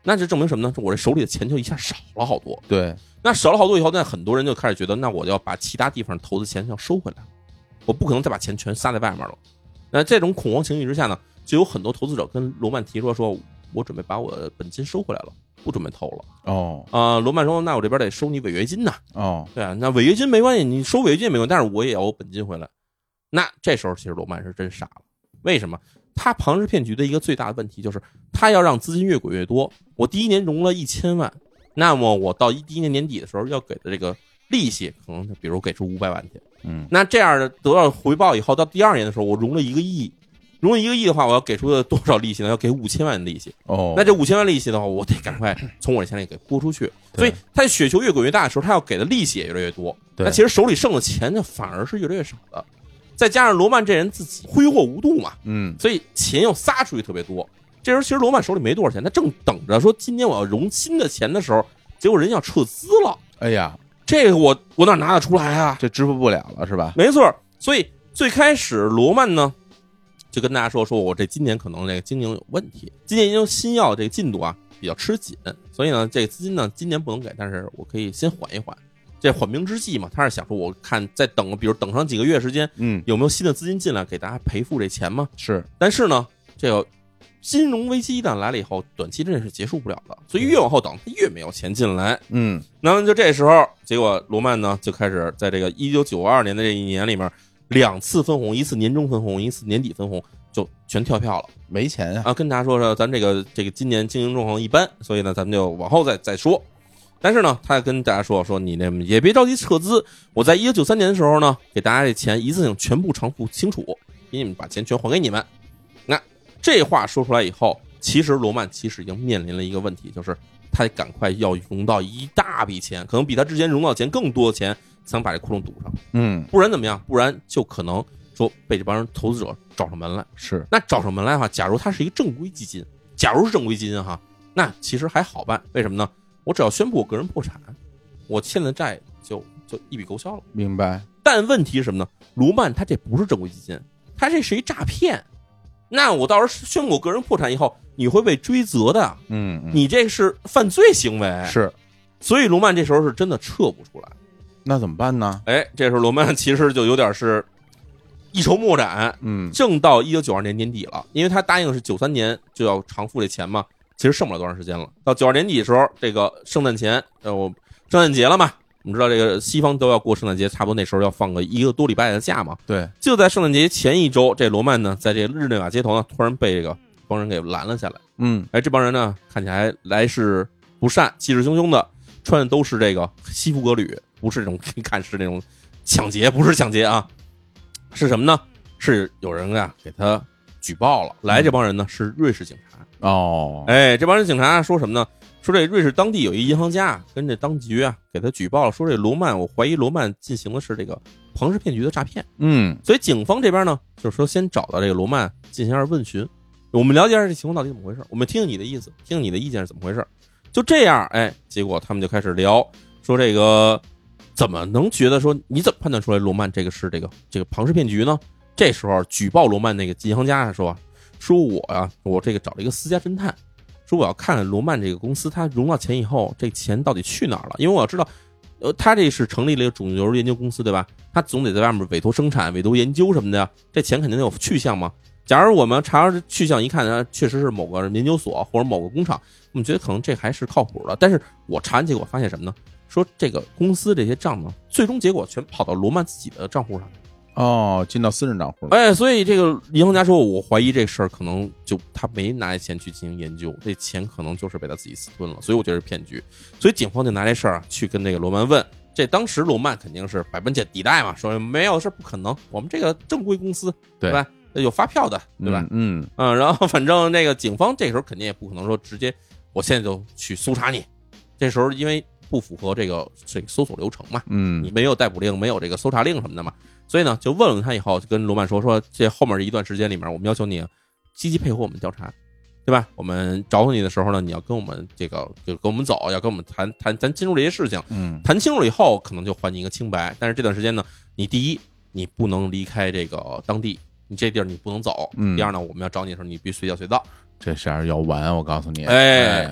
那这证明什么呢？我这手里的钱就一下少了好多。 对， 那少了好多以后，那很多人就开始觉得，那我就要把其他地方投的钱要收回来了，我不可能再把钱全撒在外面了。那这种恐慌情绪之下呢，就有很多投资者跟罗曼提出说，我准备把我的本金收回来了，不准备投了。罗曼说，那我这边得收你违约金呢。对啊，那违约金没关系，你收违约金也没关系，但是我也要我本金回来。那这时候其实罗曼是真傻了，为什么？他庞氏骗局的一个最大的问题就是，他要让资金越滚越多。我第一年融了1000万，那么我到第一年年底的时候要给的这个利息，可能比如给出500万去。那这样的得到回报以后，到第2年的时候，我融了1个亿，融了1个亿的话，我要给出的多少利息呢？要给5000万的利息。那这5000万利息的话，我得赶快从我的钱里给拨出去。所以他雪球越滚越大的时候，他要给的利息也越来越多。那其实手里剩的钱呢，反而是越来越少的。再加上罗曼这人自己挥霍无度嘛，所以钱又撒出去特别多。这时候其实罗曼手里没多少钱，他正等着说今年我要融新的钱的时候，结果人要撤资了。 哎呀， 这个我哪拿得出来啊？ 这支付不了了是吧？ 没错。所以最开始罗曼呢就跟大家说我这今年可能这个经营有问题，今年研究新药这个进度啊比较吃紧，所以呢这个资金呢今年不能给，但是我可以先缓一缓。这缓兵之计嘛，他是想说，我看再等，比如等上几个月时间，有没有新的资金进来给大家赔付这钱吗？ 是。 但是呢，这个金融危机一旦来了以后，短期之内是结束不了的，所以越往后等，他越没有钱进来。那么就这时候，结果罗曼呢就开始在这个1992年的这一年里面，2次分红，一次年终分红，一次年底分红，就全跳票了， 没钱啊！ 跟大家说咱这个今年经营状况一般，所以呢，咱们就往后再说。但是呢，他跟大家说你那也别着急撤资，我在1993年的时候呢，给大家这钱一次性全部偿付清楚，给你们把钱全还给你们。那这话说出来以后，其实罗曼已经面临了一个问题，就是他赶快要融到一大笔钱，可能比他之前融到钱更多的钱，才能把这窟窿堵上。不然怎么样？不然就可能说被这帮人投资者找上门来。 是， 那找上门来的话，假如他是一个正规基金，哈，那其实还好办。为什么呢？我只要宣布我个人破产，我欠的债就一笔勾销了。 明白。 但问题是什么呢？罗曼他这不是正规基金，他这是一诈骗。那我到时候宣布我个人破产以后，你会被追责的。你这是犯罪行为。 是。 所以罗曼这时候是真的撤不出来。 那怎么办呢？ 这时候罗曼其实就有点是一筹莫展。正到1992年年底了，因为他答应是93年就要偿付这钱嘛。其实剩不了多长时间了，到92年底的时候，这个圣诞前，圣诞节了嘛，我们知道这个西方都要过圣诞节，差不多那时候要放个1个多礼拜的假嘛。 对， 就在圣诞节前一周，这罗曼呢，在这个日内瓦街头呢，突然被这个帮人给拦了下来。这帮人呢，看起来来势不善，气势汹汹的，穿的都是这个西服革履，不是这种看是那种抢劫，不是抢劫啊，是什么呢？是有人啊给他举报了，来这帮人呢是瑞士警察。这帮人警察说什么呢？说这瑞士当地有一银行家跟这当局啊给他举报了，说这罗曼，我怀疑罗曼进行的是这个庞氏骗局的诈骗。所以警方这边呢，就是说先找到这个罗曼进行一下问询，我们了解一下这情况到底怎么回事，我们听听你的意思，听听你的意见是怎么回事。就这样，结果他们就开始聊，说这个怎么能觉得说你怎么判断出来罗曼这个是这个庞氏骗局呢？这时候举报罗曼那个银行家说我这个找了一个私家侦探，说我要看看罗曼这个公司他融到钱以后，这钱到底去哪儿了？因为我要知道，他这是成立了一个肿瘤研究公司，对吧？他总得在外面委托生产、委托研究什么的呀，这钱肯定得有去向嘛。假如我们查到去向一看呢，确实是某个研究所或者某个工厂，我们觉得可能这还是靠谱的。但是我查完结果发现什么呢？说这个公司这些账呢，最终结果全跑到罗曼自己的账户上。 进到私人账户了。 所以这个银行家说，我怀疑这事儿可能就他没拿钱去进行研究，这钱可能就是被他自己私吞了，所以我觉得是骗局。所以警方就拿这事儿去跟这个罗曼问，这当时罗曼肯定是百般抵赖嘛，说没有，是不可能，我们这个正规公司，对吧？有发票的，对吧？然后反正那个警方这时候肯定也不可能说直接我现在就去搜查你，这时候因为不符合这个搜索流程嘛，你没有逮捕令，没有这个搜查令什么的嘛。所以呢，就问了他以后，就跟罗曼说这后面这一段时间里面，我们要求你积极配合我们调查，对吧？我们找你的时候呢，你要跟我们就跟我们走，要跟我们谈咱清楚这些事情。谈清楚了以后，可能就还你一个清白。但是这段时间呢，你第一，你不能离开这个当地，你这地儿你不能走。第二呢，我们要找你的时候，你必须随叫随到。 这事儿要完，我告诉你。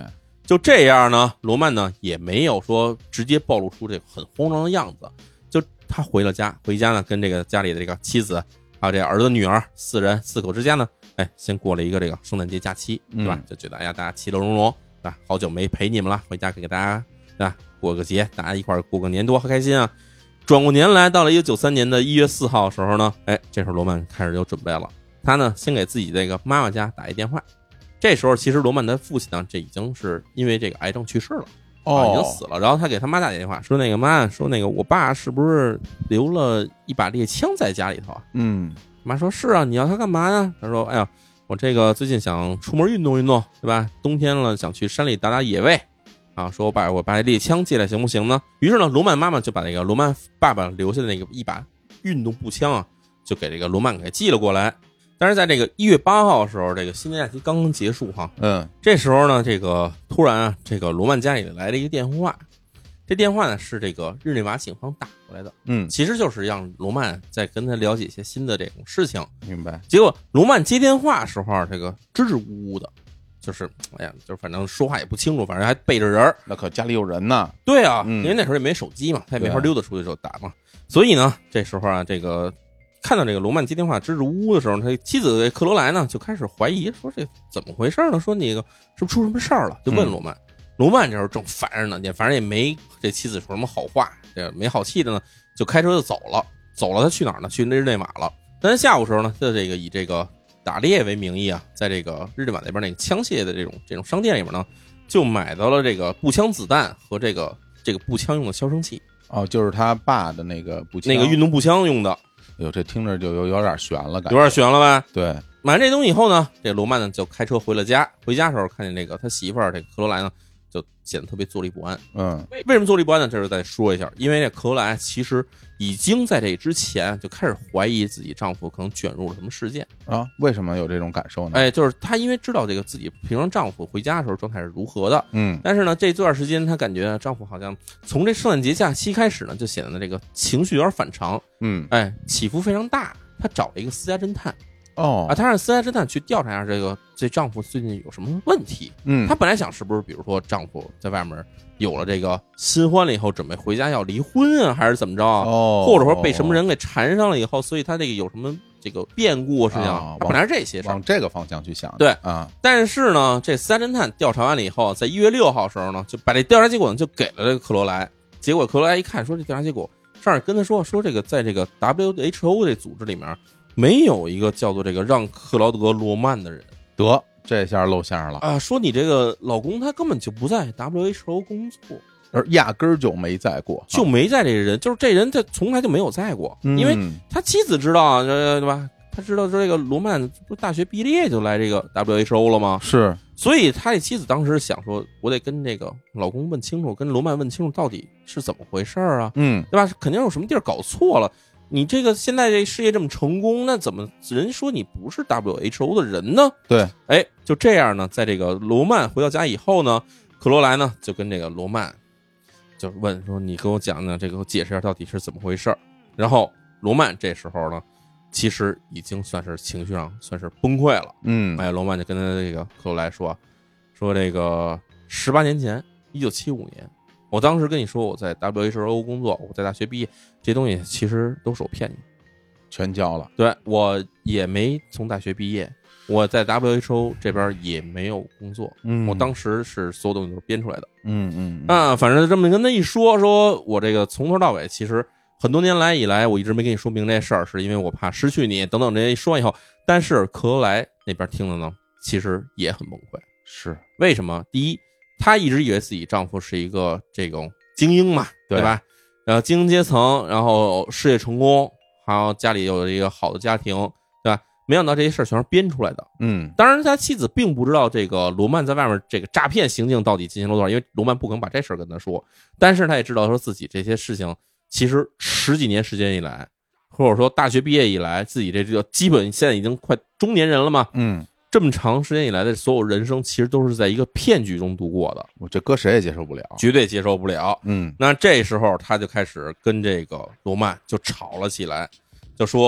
就这样呢，罗曼呢也没有说直接暴露出这个很慌张的样子，就他回家呢，跟这个家里的这个妻子还有这儿子女儿4口之家呢，先过了一个这个圣诞节假期，对吧？就觉得大家其乐融融，对吧？好久没陪你们了，回家给大家对吧过个节，大家一块过个年多开心啊！转过年来，到了1993年的1月4号的时候呢，这时候罗曼开始有准备了。他呢，先给自己这个妈妈家打一电话。这时候其实罗曼的父亲呢，这已经是因为这个癌症去世了，已经死了。然后他给他妈打电话说：“那个妈，说那个我爸是不是留了一把猎枪在家里头啊？”妈说：“是啊，你要他干嘛呢？”他说：“哎呀，我这个最近想出门运动运动，对吧？冬天了，想去山里打打野味。”啊，说我把猎枪借来行不行呢？于是呢，罗曼妈妈就把那个罗曼爸爸留下的那个一把运动步枪啊，就给这个罗曼给寄了过来。但是在这个1月8号的时候，这个新年假期刚刚结束哈，这时候呢，这个突然啊，这个罗曼家里来了一个电话，这电话呢是这个日内瓦警方打过来的，其实就是让罗曼再跟他了解一些新的这种事情。 明白。 结果罗曼接电话的时候，这个支支吾吾的。就是就是反正说话也不清楚，反正还背着人， 那可家里有人呢。 对啊，因为那时候也没手机嘛，他也没法溜达出去就打嘛。所以呢，这时候啊，这个看到这个罗曼接电话支支吾吾的时候，他妻子克罗莱呢就开始怀疑，说这怎么回事呢？说那个是不是出什么事儿了？就问罗曼。罗曼这时候正烦着呢，反正也没这妻子说什么好话，这没好气的呢，就开车就走了。他去哪儿呢？去日内瓦了。但是下午时候呢，他这个以这个打猎为名义啊，在这个日内瓦那边那个枪械的这种商店里面呢，就买到了这个步枪子弹和这个步枪用的消声器。 就是他爸的那个步枪， 那个运动步枪用的。 这听着就有点悬了，感觉有点悬了吧？ 对。 买完这东西以后呢，这罗曼呢就开车回了家。回家的时候看见这个他媳妇儿这个克罗莱呢，就显得特别坐立不安。为什么坐立不安呢？这是再说一下，因为这克罗莱其实已经在这之前就开始怀疑自己丈夫可能卷入了什么事件啊？为什么有这种感受呢？ 就是她因为知道这个自己平常丈夫回家的时候状态是如何的，但是呢这段时间她感觉丈夫好像从这圣诞节假期开始呢，就显得这个情绪有点反常，起伏非常大。她找了一个私家侦探。他让私家侦探去调查一下这丈夫最近有什么问题。他本来想是不是比如说丈夫在外面有了这个新欢了以后准备回家要离婚啊，还是怎么着啊？或者说被什么人给缠上了以后，所以他这个有什么这个变故事情，他本来是这些事往这个方向去想。 对啊，但是呢，这私家侦探调查完了以后，在1月6号的时候呢，就把这调查结果呢就给了这个克罗莱。结果克罗莱一看，说这调查结果上面跟他说这个在这个 WHO 这组织里面。没有一个叫做这个让克劳德罗曼的人， 这下露馅了啊！说你这个老公他根本就不在 WHO 工作， 而压根儿就没在过， 就没在这人，就是这人他从来就没有在过，因为他妻子知道啊，对吧？他知道说这个罗曼不大学毕业就来这个 WHO 了吗？ 是， 所以他这妻子当时想说，我得跟这个老公问清楚，跟罗曼问清楚到底是怎么回事啊？对吧？肯定有什么地儿搞错了。你这个现在这事业这么成功，那怎么人说你不是 WHO 的人呢？ 对， 就这样呢，在这个罗曼回到家以后呢，克罗莱呢就跟这个罗曼就问说：“你给我讲讲这个，解释一下到底是怎么回事。”然后罗曼这时候呢，其实已经算是情绪上算是崩溃了。罗曼就跟他这个克罗莱说这个18年前，1975年。我当时跟你说我在 WHO 工作，我在大学毕业，这东西其实都是我骗你， 全交了。 对，我也没从大学毕业，我在 WHO 这边也没有工作，我当时是所有东西都是编出来的。反正这么跟他一说我这个从头到尾，其实很多年来以来，我一直没跟你说明这事儿，是因为我怕失去你等等这些一说以后，但是克罗莱那边听了呢，其实也很崩溃。 是为什么？第一，她一直以为自己丈夫是一个这种精英嘛，对吧？精英阶层，然后事业成功，还有家里有一个好的家庭，对吧？没想到这些事儿全是编出来的。当然他妻子并不知道这个罗曼在外面这个诈骗行径到底进行了多少，因为罗曼不可能把这事儿跟他说。但是他也知道说自己这些事情其实10几年时间以来，或者说大学毕业以来，自己这个基本现在已经快中年人了嘛。这么长时间以来的所有人生，其实都是在一个骗局中度过的。 我这搁谁也接受不了， 绝对接受不了。那这时候他就开始跟这个罗曼就吵了起来，就说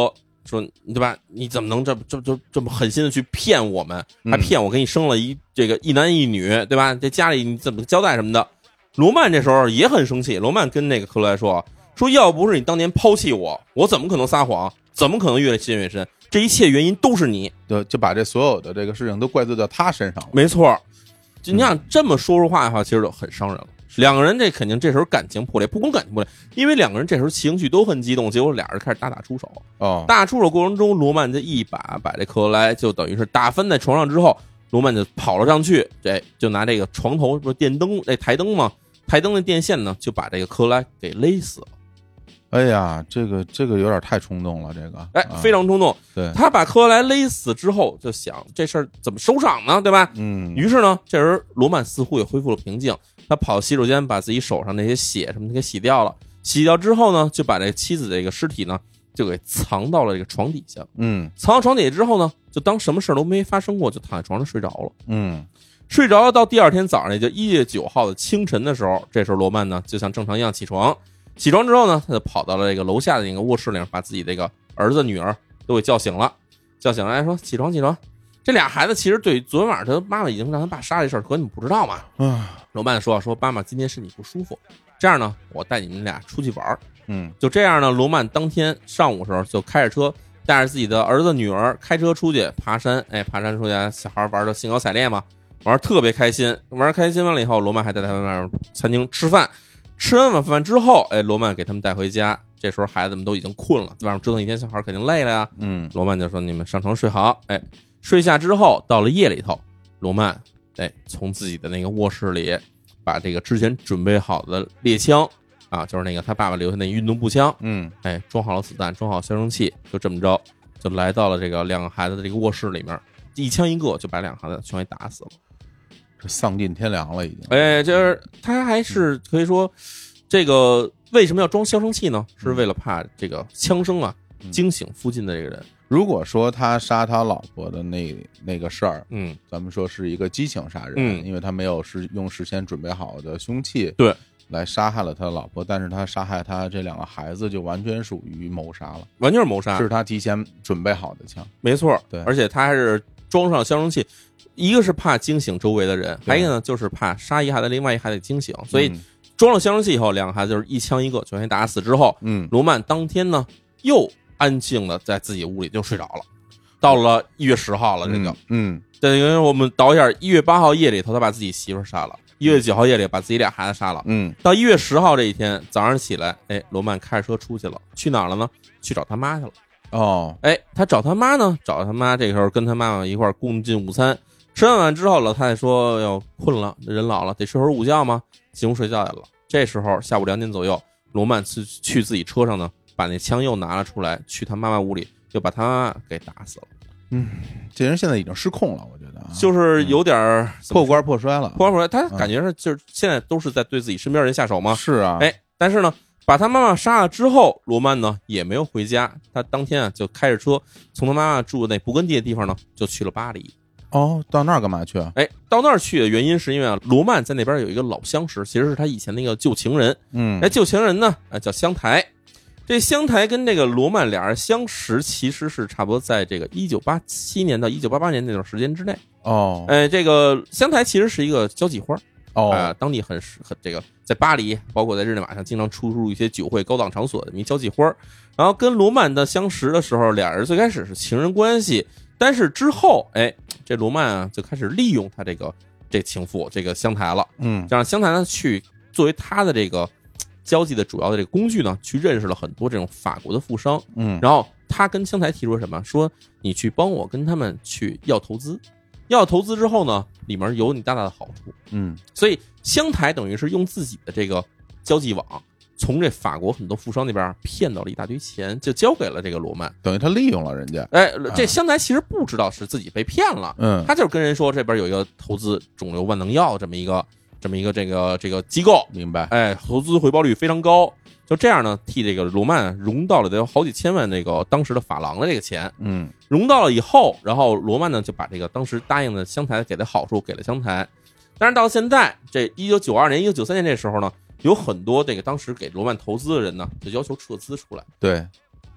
说对吧？你怎么能这么狠心的去骗我们，还骗我给你生了一男一女，对吧？这家里你怎么交代什么的？罗曼这时候也很生气，罗曼跟那个克罗莱说要不是你当年抛弃我怎么可能撒谎？怎么可能越陷越深？这一切原因都是你， 就把这所有的这个事情都怪罪到他身上了。 没错，就你想这么说话的话，其实就很伤人了。两个人这肯定这时候感情破裂，不光感情破裂，因为两个人这时候情绪都很激动，结果俩人开始大打出手。大出手过程中，罗曼这一把把这克罗莱就等于是打翻在床上之后，罗曼就跑了上去，就拿这个床头不是电灯那台灯吗？台灯的电线呢，就把这个克罗莱给勒死了。 哎呀，这个有点太冲动了，这个非常冲动。 对， 他把克罗莱勒死之后，就想这事儿怎么收场呢？对吧？于是呢，这时罗曼似乎也恢复了平静，他跑洗手间把自己手上那些血什么的给洗掉了。洗掉之后呢，就把这妻子的这个尸体呢，就给藏到了这个床底下。藏到床底下之后呢，就当什么事都没发生过，就躺在床上睡着了。睡着了，到第二天早上，也就1月9号的清晨的时候，这时候罗曼呢就像正常一样起床。起床之后呢，他就跑到了这个楼下的那个卧室里，把自己这个儿子女儿都给叫醒了。叫醒来说起床。这俩孩子其实对昨天晚上他妈妈已经让他爸杀这事儿，可你们不知道嘛。罗曼说妈妈今天身体不舒服，这样呢我带你们俩出去玩。就这样呢，罗曼当天上午的时候就开着车带着自己的儿子女儿开车出去爬山。爬山出去小孩玩的兴高采烈嘛，玩特别开心。玩开心完了以后，罗曼还带他们外面餐厅吃饭。吃完晚饭之后，罗曼给他们带回家。这时候孩子们都已经困了，在外面折腾一天，小孩肯定累了呀。罗曼就说你们上床睡好。睡下之后，到了夜里头，罗曼从自己的那个卧室里把这个之前准备好的猎枪啊，就是那个他爸爸留下那运动步枪，装好了子弹，装好消声器，就这么着就来到了这个两个孩子的这个卧室里面，一枪一个就把两个孩子全给打死了。 丧尽天良了已经。 就是他还是可以说，这个为什么要装消声器呢？是为了怕这个枪声啊惊醒附近的这个人。 如果说他杀他老婆的那个事儿，咱们说是一个激情杀人，因为他没有用事先准备好的凶器， 对， 来杀害了他老婆，但是他杀害他这两个孩子就完全属于谋杀了， 完全是谋杀， 是他提前准备好的枪， 没错， 对， 而且他还是装上消声器。一个是怕惊醒周围的人，还有一个呢就是怕杀一孩子，另外一孩子惊醒，所以装了消声器以后，两个孩子就是一枪一个全给打死之后，罗曼当天呢又安静的在自己屋里就睡着了。到了1月10号了，这个等于我们倒一下，1月8号夜里头他把自己媳妇杀了，1月9号夜里把自己俩孩子杀了，到1月10号这一天早上起来，罗曼开着车出去了，去哪儿了呢？去找他妈去了。他找他妈呢，找他妈这个时候跟他妈妈一块共进午餐。吃完饭之后，老太太说要困了，人老了得睡会儿午觉吗？进屋睡觉去了。这时候下午2点左右，罗曼去自己车上呢，把那枪又拿了出来，去他妈妈屋里就把他妈妈给打死了。 这人现在已经失控了，我觉得就是有点破罐破摔了。 破罐破摔，他感觉是就是现在都是在对自己身边人下手吗？ 是啊， 但是呢，把他妈妈杀了之后，罗曼呢也没有回家，他当天啊就开着车从他妈妈住的那勃艮第的地方呢，就去了巴黎。 到那儿干嘛去啊？ 到那儿去的原因是因为罗曼在那边有一个老相识，其实是他以前那个旧情人。旧情人呢叫香台。这香台跟这个罗曼俩人相识，其实是差不多在这个1987年到1988年那段时间之内。这个香台其实是一个交际花。当地很这个在巴黎，包括在日内瓦上，经常出入一些酒会、高档场所的一交际花。然后跟罗曼的相识的时候，俩人最开始是情人关系，但是之后，这罗曼啊就开始利用他这情妇这个香台了，让香台呢去作为他的这个交际的主要的这个工具呢，去认识了很多这种法国的富商，然后他跟香台提出什么，说你去帮我跟他们去要投资，要投资之后呢，里面有你大大的好处，所以香台等于是用自己的这个交际网，从这法国很多富商那边骗到了一大堆钱，就交给了这个罗曼， 等于他利用了人家。 这香台其实不知道是自己被骗了，他就是跟人说这边有一个投资肿瘤万能药这么一个这个机构， 明白？ 投资回报率非常高，就这样呢，替这个罗曼融到了得有好几千万这个当时的法郎的这个钱，融到了以后，然后罗曼呢就把这个当时答应的香台给的好处给了香台，但是到现在这1992年、1993年这时候呢，有很多这个当时给罗曼投资的人呢，就要求撤资出来。 对，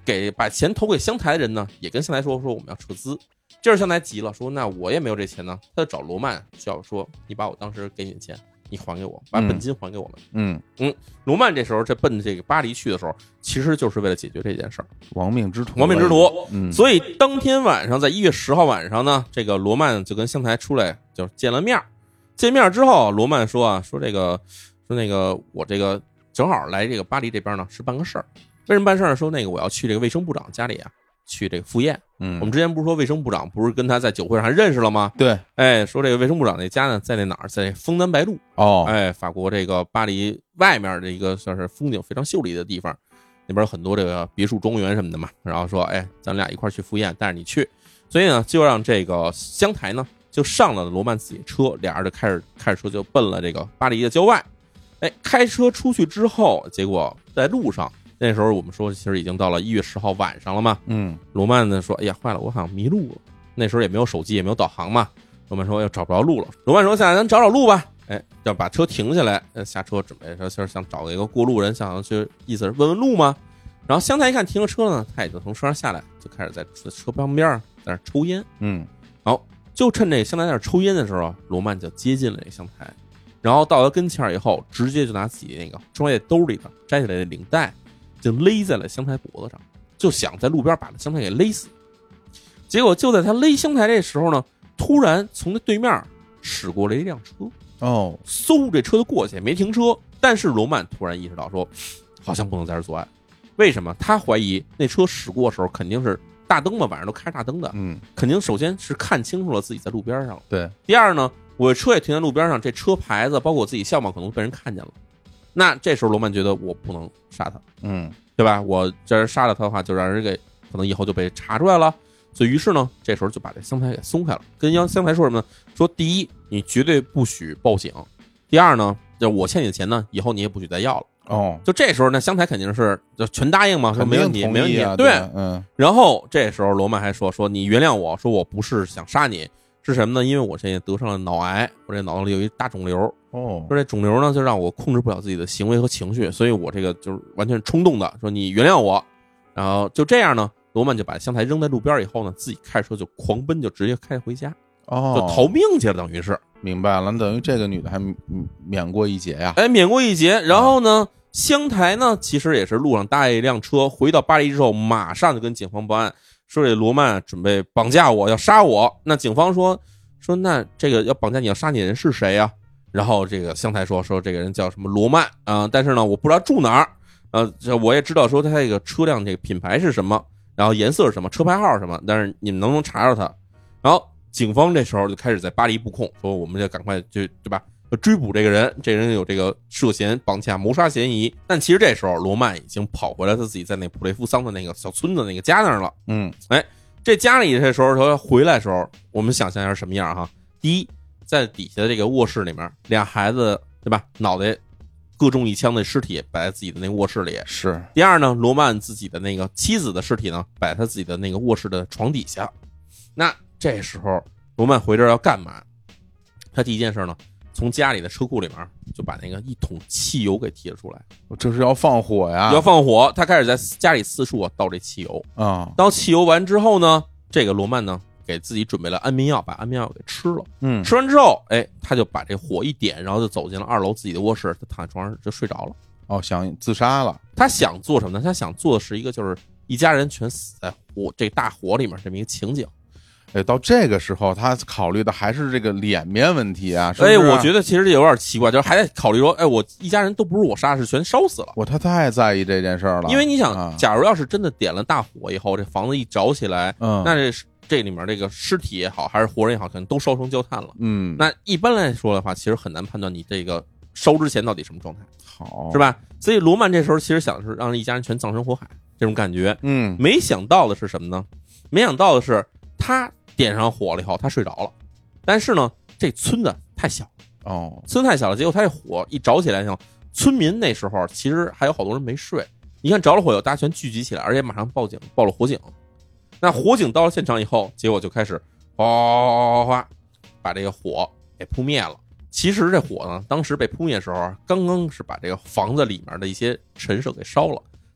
把钱投给湘台的人呢，也跟湘台说我们要撤资。这是湘台急了，说那我也没有这钱呢，他就找罗曼需要说你把我当时给你的钱你还给我，把本金还给我们。罗曼这时候奔这个巴黎去的时候，其实就是为了解决这件事儿， 亡命之徒。 所以当天晚上，在1月10号晚上呢，这个罗曼就跟湘台出来就见了面。见面之后，罗曼说那个我这个正好来这个巴黎这边呢，是办个事儿。为什么办事儿？说那个我要去这个卫生部长家里啊，去这个赴宴。我们之前不是说卫生部长不是跟他在酒会上还认识了吗？ 对， 说这个卫生部长那家呢，在那哪儿，在枫丹白露。法国这个巴黎外面的一个算是风景非常秀丽的地方，那边有很多这个别墅庄园什么的嘛。然后说，咱俩一块去赴宴，带着你去。所以呢，就让这个湘台呢就上了罗曼自己的车，俩人就开着车就奔了这个巴黎的郊外。开车出去之后，结果在路上。那时候我们说，其实已经到了1月10号晚上了嘛。罗曼呢说：“哎呀，坏了，我好像迷路了。”那时候也没有手机，也没有导航嘛。罗曼说：“找不着路了。”罗曼说：“现在咱找路吧。”要把车停下来，下车准备说，想找一个过路人，想去意思是问问路吗？然后湘台一看停了车呢，他也就从车上下来，就开始在车旁边在那抽烟。然后就趁这湘台在那抽烟的时候，罗曼就接近了这湘台，然后到他跟前以后，直接就拿自己那个装在兜里的摘下来的领带。就勒在了湘台脖子上，就想在路边把湘台给勒死。结果就在他勒湘台这时候呢，突然从那对面驶过来一辆车。嗖，这车就过去，没停车。但是罗曼突然意识到说，好像不能在这作案。为什么？他怀疑那车驶过的时候肯定是大灯嘛，晚上都开着大灯的。肯定首先是看清楚了自己在路边上了。 对。 第二呢，我车也停在路边上，这车牌子包括我自己相貌可能被人看见了。那这时候罗曼觉得我不能杀他，对吧？我这人杀了他的话，就让人给可能以后就被查出来了。所以于是呢，这时候就把这湘台给松开了，跟湘台说什么呢？说第一，你绝对不许报警；第二呢，就我欠你的钱呢，以后你也不许再要了。就这时候呢，湘台肯定是就全答应嘛，说没问题，没问题。对，然后这时候罗曼还说你原谅我，说我不是想杀你。是什么呢？因为我这也得上了脑癌，我这脑子里有一大肿瘤。说这肿瘤呢，就让我控制不了自己的行为和情绪，所以我这个就是完全冲动的。说你原谅我，然后就这样呢，罗曼就把湘台扔在路边以后呢，自己开车就狂奔，就直接开回家。就逃命去了，等于是。 明白了，等于这个女的还免过一劫呀。 免过一劫。然后呢，湘台呢，其实也是路上搭一辆车，回到巴黎之后，马上就跟警方报案。说这罗曼准备绑架我，要杀我。那警方说那这个要绑架你要杀你的人是谁呀？然后这个湘台说这个人叫什么罗曼但是呢我不知道住哪儿。我也知道说他这个车辆这个品牌是什么，然后颜色是什么，车牌号是什么，但是你们能不能查着他？然后警方这时候就开始在巴黎布控，说我们就赶快就对吧？追捕这个人，这人有这个涉嫌绑架谋杀嫌疑。但其实这时候罗曼已经跑回来他自己在那普雷夫桑的那个小村子那个家那儿了。这家里这时候他回来的时候，我们想象一下什么样哈？第一，在底下的这个卧室里面，俩孩子对吧，脑袋各中一枪的尸体摆在自己的那个卧室里。 是。 第二呢，罗曼自己的那个妻子的尸体呢，摆在他自己的那个卧室的床底下。那这时候罗曼回这儿要干嘛？他第一件事呢，从家里的车库里面就把那个一桶汽油给提了出来。 这是要放火呀？ 要放火。他开始在家里四处倒这汽油倒汽油完之后呢，这个罗曼呢给自己准备了安眠药，把安眠药给吃了。吃完之后他就把这火一点，然后就走进了2楼自己的卧室，他躺在床上就睡着了。 想自杀了。 他想做什么呢？他想做的是一个就是一家人全死在这大火里面这么一个情景。 到这个时候他考虑的还是这个脸面问题啊，是不是？ 我觉得其实有点奇怪，就是还在考虑说我一家人都不是我杀，是全烧死了。 他太在意这件事了。 因为你想假如要是真的点了大火以后，这房子一着起来，那这里面这个尸体也好还是活人也好，可能都烧成焦炭了。那一般来说的话，其实很难判断你这个烧之前到底什么状态， 好是吧？所以罗曼这时候其实想的是让一家人全葬身火海这种感觉。没想到的是什么呢？没想到的是他点上火了以后，他睡着了，但是呢，这村子太小村子太小了，结果他这火一着起来，像村民那时候其实还有好多人没睡，你看着了火以后，大家全聚集起来，而且马上报警，报了火警。那火警到了现场以后，结果就开始哗把这个火给扑灭了。其实这火呢，当时被扑灭的时候，刚刚是把这个房子里面的一些陈设给烧了，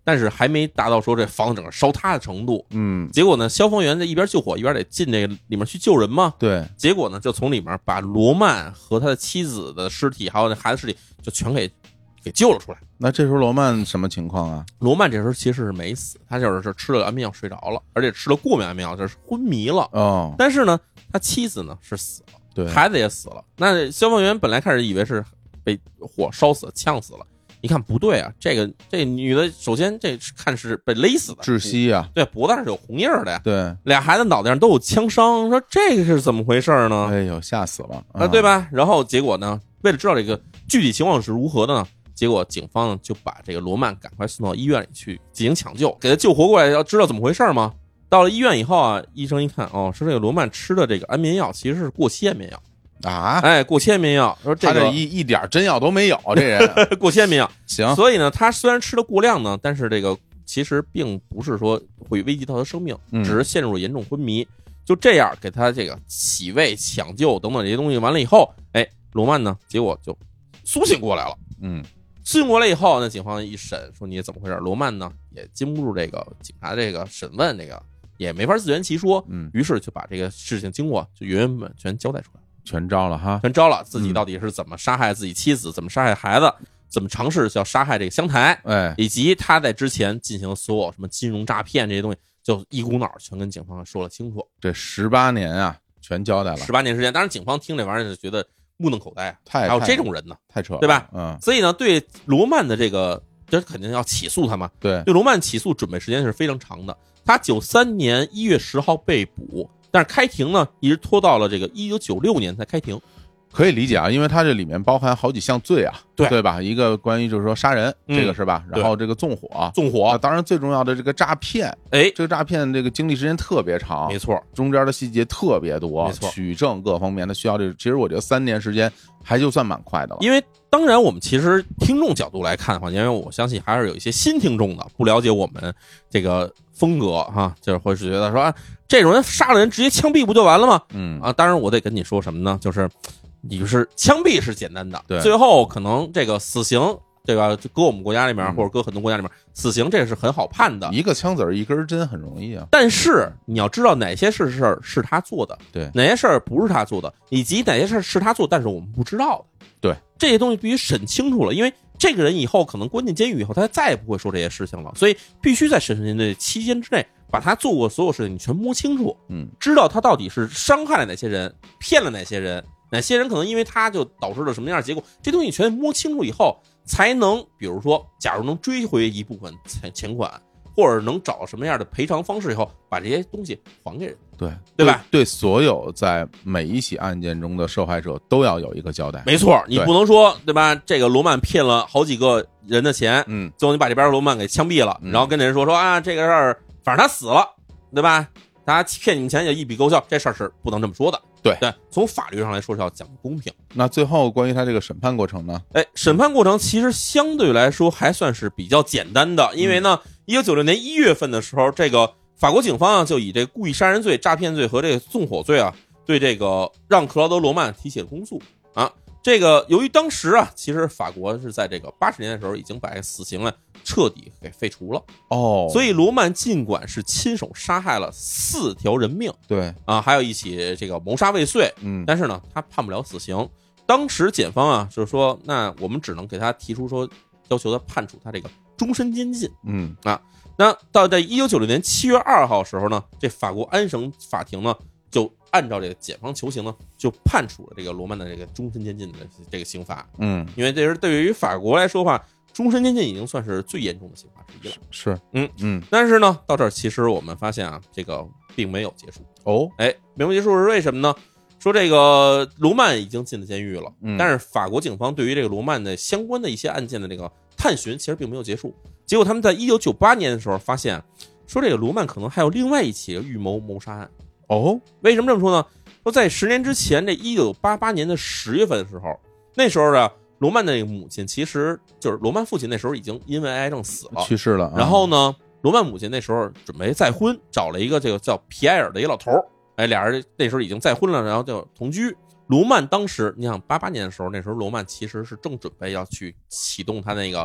但是还没达到说这房子整个烧塌的程度。结果呢，消防员在一边救火一边得进这个里面去救人嘛。 对， 结果呢，就从里面把罗曼和他的妻子的尸体，还有那孩子尸体，就全给救了出来。 那这时候罗曼什么情况啊？ 罗曼这时候其实是没死，他就是吃了安眠药睡着了，而且吃了过敏安眠药，就是昏迷了。但是呢，他妻子呢是死了， 对， 孩子也死了。那消防员本来开始以为是被火烧死、呛死了。一看不对啊，这女的首先这看是被勒死的， 窒息啊， 对，脖子上是有红印的呀， 对， 俩孩子脑袋上都有枪伤，说这个是怎么回事呢？ 哎呦，吓死了啊，对吧？然后结果呢，为了知道这个具体情况是如何的呢，结果警方呢就把这个罗曼赶快送到医院里去进行抢救，给他救活过来，要知道怎么回事吗？到了医院以后啊，医生一看，哦，是这个罗曼吃的这个安眠药其实是过期安眠药。过期安眠药，说这个他这一点真药都没有，这人过期安眠药行。 所以呢，他虽然吃的过量呢，但是这个其实并不是说会危及到他生命，只是陷入了严重昏迷。就这样给他这个洗胃、抢救等等这些东西完了以后，罗曼呢，结果就苏醒过来了。苏醒过来以后呢，警方一审说你怎么回事？罗曼呢也经不住这个警察这个审问，这个也没法自圆其说。于是就把这个事情经过就原原本全交代出来。 全招了哈， 全招了，自己到底是怎么杀害自己妻子，怎么杀害孩子，怎么尝试要杀害这个湘台，以及他在之前进行所有什么金融诈骗这些东西，就一股脑全跟警方说了清楚。 这18年啊，全交代了。 18年时间，当然警方听这玩意儿就觉得目瞪口呆， 还有这种人呢， 太扯了， 对吧？所以呢，对罗曼的这肯定要起诉他嘛。对罗曼起诉准备时间是非常长的，他93年1月10号被捕。但是开庭呢，一直拖到了这个1996年才开庭， 可以理解啊，因为它这里面包含好几项罪啊，对吧？一个关于就是说杀人，这个是吧？然后这个纵火，当然最重要的这个诈骗，这个诈骗这个经历时间特别长， 没错， 中间的细节特别多， 没错， 取证各方面的需要其实我觉得3年时间还就算蛮快的了。 因为当然我们其实听众角度来看的话，因为我相信还是有一些新听众的不了解我们这个风格哈，就是会是觉得说这种人杀了人直接枪毙不就完了吗？当然我得跟你说什么呢？就是你是枪毙是简单的， 对， 最后可能这个死刑，对吧？就搁我们国家里面或者搁很多国家里面，死刑这个是很好判的， 一个枪子一根针很容易啊。 但是你要知道哪些事是他做的， 对， 哪些事儿不是他做的，以及哪些事是他做但是我们不知道的。 对， 这些东西必须审清楚了，因为这个人以后可能关进监狱以后，他再也不会说这些事情了，所以必须在审讯的期间之内，把他做过所有事情你全摸清楚，知道他到底是伤害了哪些人，骗了哪些人，哪些人可能因为他就导致了什么样的结果，这东西全摸清楚以后，才能比如说，假如能追回一部分钱款，或者能找什么样的赔偿方式以后，把这些东西还给人，对吧？ 对所有在每一起案件中的受害者都要有一个交代。 没错，你不能说对吧？这个罗曼骗了好几个人的钱，最后你把这边罗曼给枪毙了，然后跟人说这个事儿，反正他死了，对吧？他骗你们钱也一笔勾销，这事儿是不能这么说的。对，从法律上来说是要讲公平。 那最后关于他这个审判过程呢？ 审判过程其实相对来说还算是比较简单的，因为呢，1996年1月份的时候，这个法国警方啊就以这个故意杀人罪、诈骗罪和这个纵火罪啊，对这个让克劳德·罗曼提起了公诉啊。这个由于当时啊，其实法国是在这个80年的时候已经把死刑啊彻底给废除了所以罗曼尽管是亲手杀害了4条人命， 对啊，还有一起这个谋杀未遂，但是呢，他判不了死刑。当时检方啊就是说，那我们只能给他提出说，要求他判处他这个终身监禁，那到在1996年7月2号的时候呢，这法国安省法庭呢就按照这个检方求刑呢，就判处了这个罗曼的这个终身监禁的这个刑罚。因为这是对于法国来说的话，终身监禁已经算是最严重的刑罚之一了。 是， 但是呢，到这儿其实我们发现啊，这个并没有结束。并没有结束是为什么呢？说这个罗曼已经进了监狱了，但是法国警方对于这个罗曼的相关的一些案件的这个探寻其实并没有结束。结果他们在1998年的时候发现，说这个罗曼可能还有另外一起预谋谋杀案。为什么这么说呢？说在10年之前，这1988年的10月份的时候，那时候呢，罗曼的这个母亲其实就是罗曼父亲，那时候已经因为癌症死了， 去世了。 然后呢，罗曼母亲那时候准备再婚，找了一个这个叫皮埃尔的一个老头，俩人那时候已经再婚了，然后就同居。罗曼当时，你想88年的时候，那时候罗曼其实是正准备要去启动他那个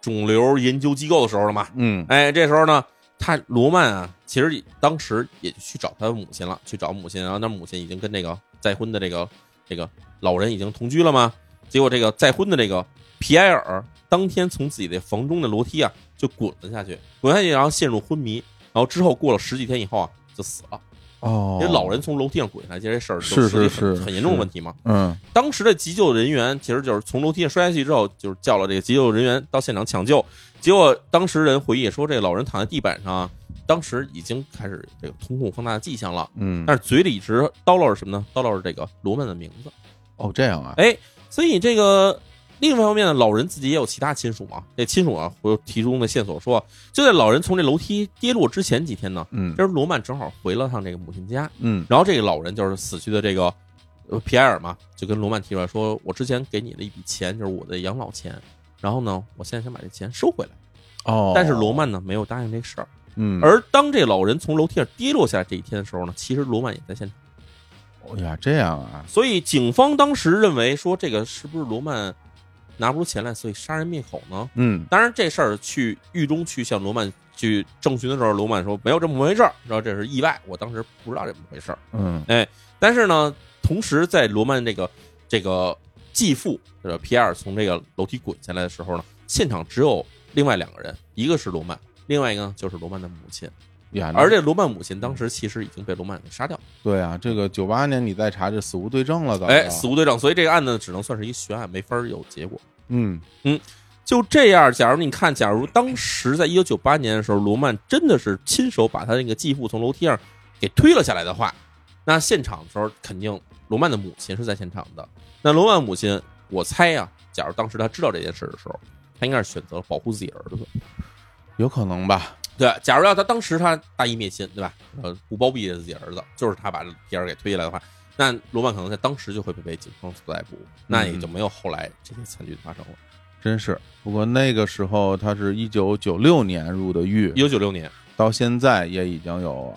肿瘤研究机构的时候了嘛。这时候呢，罗曼啊，其实当时也去找他母亲了，去找母亲，然后他母亲已经跟这个再婚的这个老人已经同居了嘛。结果这个再婚的这个皮埃尔当天从自己的房中的楼梯啊就滚了下去，然后陷入昏迷，然后之后过了10几天以后啊就死了。因为老人从楼梯上滚下来，这事儿是很严重的问题嘛。当时的急救人员其实就是从楼梯上摔下去之后，就是叫了这个急救人员到现场抢救。结果当时人回忆说，这个老人躺在地板上，当时已经开始这个瞳孔放大的迹象了。但是嘴里一直叨唠着什么呢？叨唠着这个罗曼的名字。 这样啊。 所以这个另一方面呢，老人自己也有其他亲属嘛。这亲属啊，会提供的线索说，就在老人从这楼梯跌落之前几天呢，这时罗曼正好回了趟这个母亲家，然后这个老人就是死去的这个皮埃尔嘛，就跟罗曼提出来说，我之前给你了一笔钱，就是我的养老钱，然后呢，我现在想把这钱收回来。但是罗曼呢没有答应这事儿。而当这老人从楼梯上跌落下来这一天的时候呢，其实罗曼也在现场。 这样啊。 所以警方当时认为说，这个是不是罗曼拿不出钱来，所以杀人灭口呢？当然这事儿去狱中去向罗曼去证询的时候，罗曼说没有这么回事儿，然后这是意外，我当时不知道这么回事儿。但是呢，同时在罗曼这个继父皮埃尔从这个楼梯滚下来的时候呢，现场只有另外2个人，一个是罗曼，另外一个呢就是罗曼的母亲。而这罗曼母亲当时其实已经被罗曼给杀掉。 对啊，这个98年你再查，这死无对证了， 死无对证，所以这个案子只能算是一悬案，没法有结果。就这样，假如当时在1998年的时候，罗曼真的是亲手把他那个继父从楼梯上给推了下来的话，那现场的时候肯定罗曼的母亲是在现场的。那罗曼母亲，我猜啊，假如当时他知道这件事的时候，他应该是选择保护自己儿子。 有可能吧。 对，假如要他当时他大义灭亲，对吧？不包庇自己儿子，就是他把皮埃尔给推下来的话，那罗曼可能在当时就会被警方所逮捕，那也就没有后来这些惨剧发生了。 真是。不过那个时候他是1996年入的狱 ，1996年到现在也已经有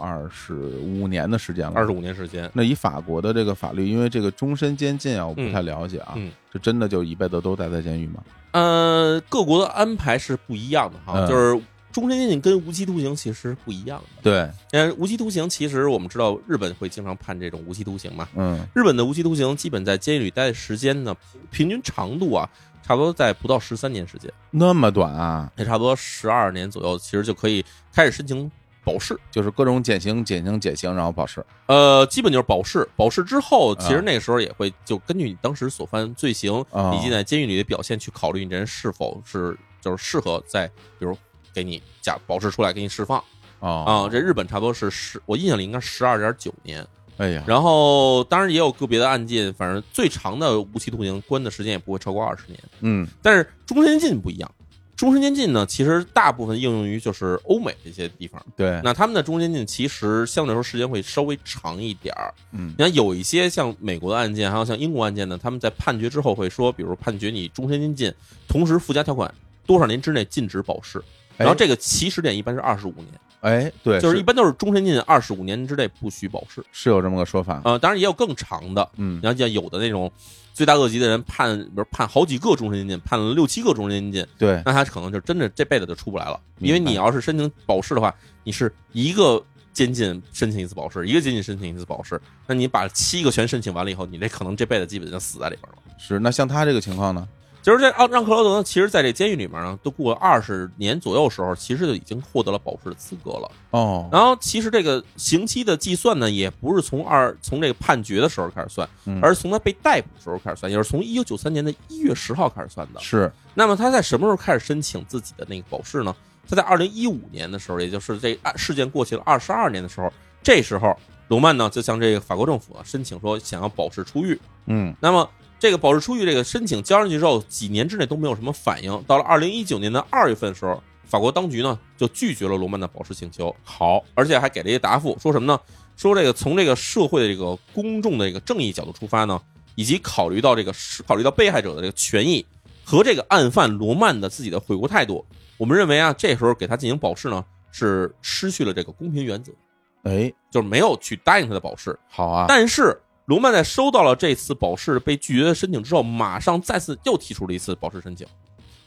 25年的时间了。 25年时间。 那以法国的这个法律，因为这个终身监禁啊，我不太了解啊，这真的就一辈子都待在监狱吗？ 各国的安排是不一样的哈，就是终身监禁跟无期徒刑其实不一样的。对，无期徒刑其实我们知道日本会经常判这种无期徒刑嘛。日本的无期徒刑基本在监狱里待的时间呢，平均长度啊，差不多在不到13年时间。 那么短啊？ 也差不多12年左右，其实就可以开始申请保释， 就是各种减刑，然后保释。 基本就是保释。保释之后，其实那个时候也会就根据你当时所犯罪行以及在监狱里的表现去考虑你这人是否是就是适合在比如给你保释出来，给你释放。这日本差不多是我印象里应该12.9年。然后当然也有个别的案件，反正最长的无期徒刑关的时间也不会超过20年。但是终身监禁不一样。终身监禁呢，其实大部分应用于就是欧美这些地方。 对， 那他们的终身监禁其实相对来说时间会稍微长一点儿。你看有一些像美国的案件，还有像英国案件呢，他们在判决之后会说，比如判决你终身监禁，同时附加条款多少年之内禁止保释，然后这个起始点一般是25年。 对， 就是一般都是终身监禁25年之内不许保释， 是有这么个说法。 当然也有更长的。你要讲有的那种罪大恶极的人判好几个终身监禁，判了6、7个终身监禁， 对， 那他可能就真的这辈子就出不来了。因为你要是申请保释的话，你是一个监禁申请一次保释，一个监禁申请一次保释，那你把7个全申请完了以后，你这可能这辈子基本就死在里边了。 是，那像他这个情况呢？ 就是这让克劳德呢，其实在这监狱里面呢，都过了20年左右时候，其实就已经获得了保释的资格了。然后其实这个刑期的计算呢，也不是从这个判决的时候开始算，而是从他被逮捕的时候开始算，也是从1993年的1月10号开始算的。 是。 那么他在什么时候开始申请自己的那个保释呢？他在2015年的时候，也就是这事件过去了22年的时候，这时候罗曼呢就向这个法国政府申请说想要保释出狱。那么这个保释出狱这个申请交上去之后，几年之内都没有什么反应。到了2019年的2月份的时候，法国当局呢就拒绝了罗曼的保释请求。好，而且还给了一个答复，说什么呢？说这个从这个社会的这个公众的这个正义角度出发呢，以及考虑到被害者的这个权益和这个案犯罗曼的自己的悔过态度，我们认为啊，这时候给他进行保释呢是失去了这个公平原则。就是没有去答应他的保释。 好啊， 但是罗曼在收到了这次保释被拒绝的申请之后，马上再次又提出了一次保释申请。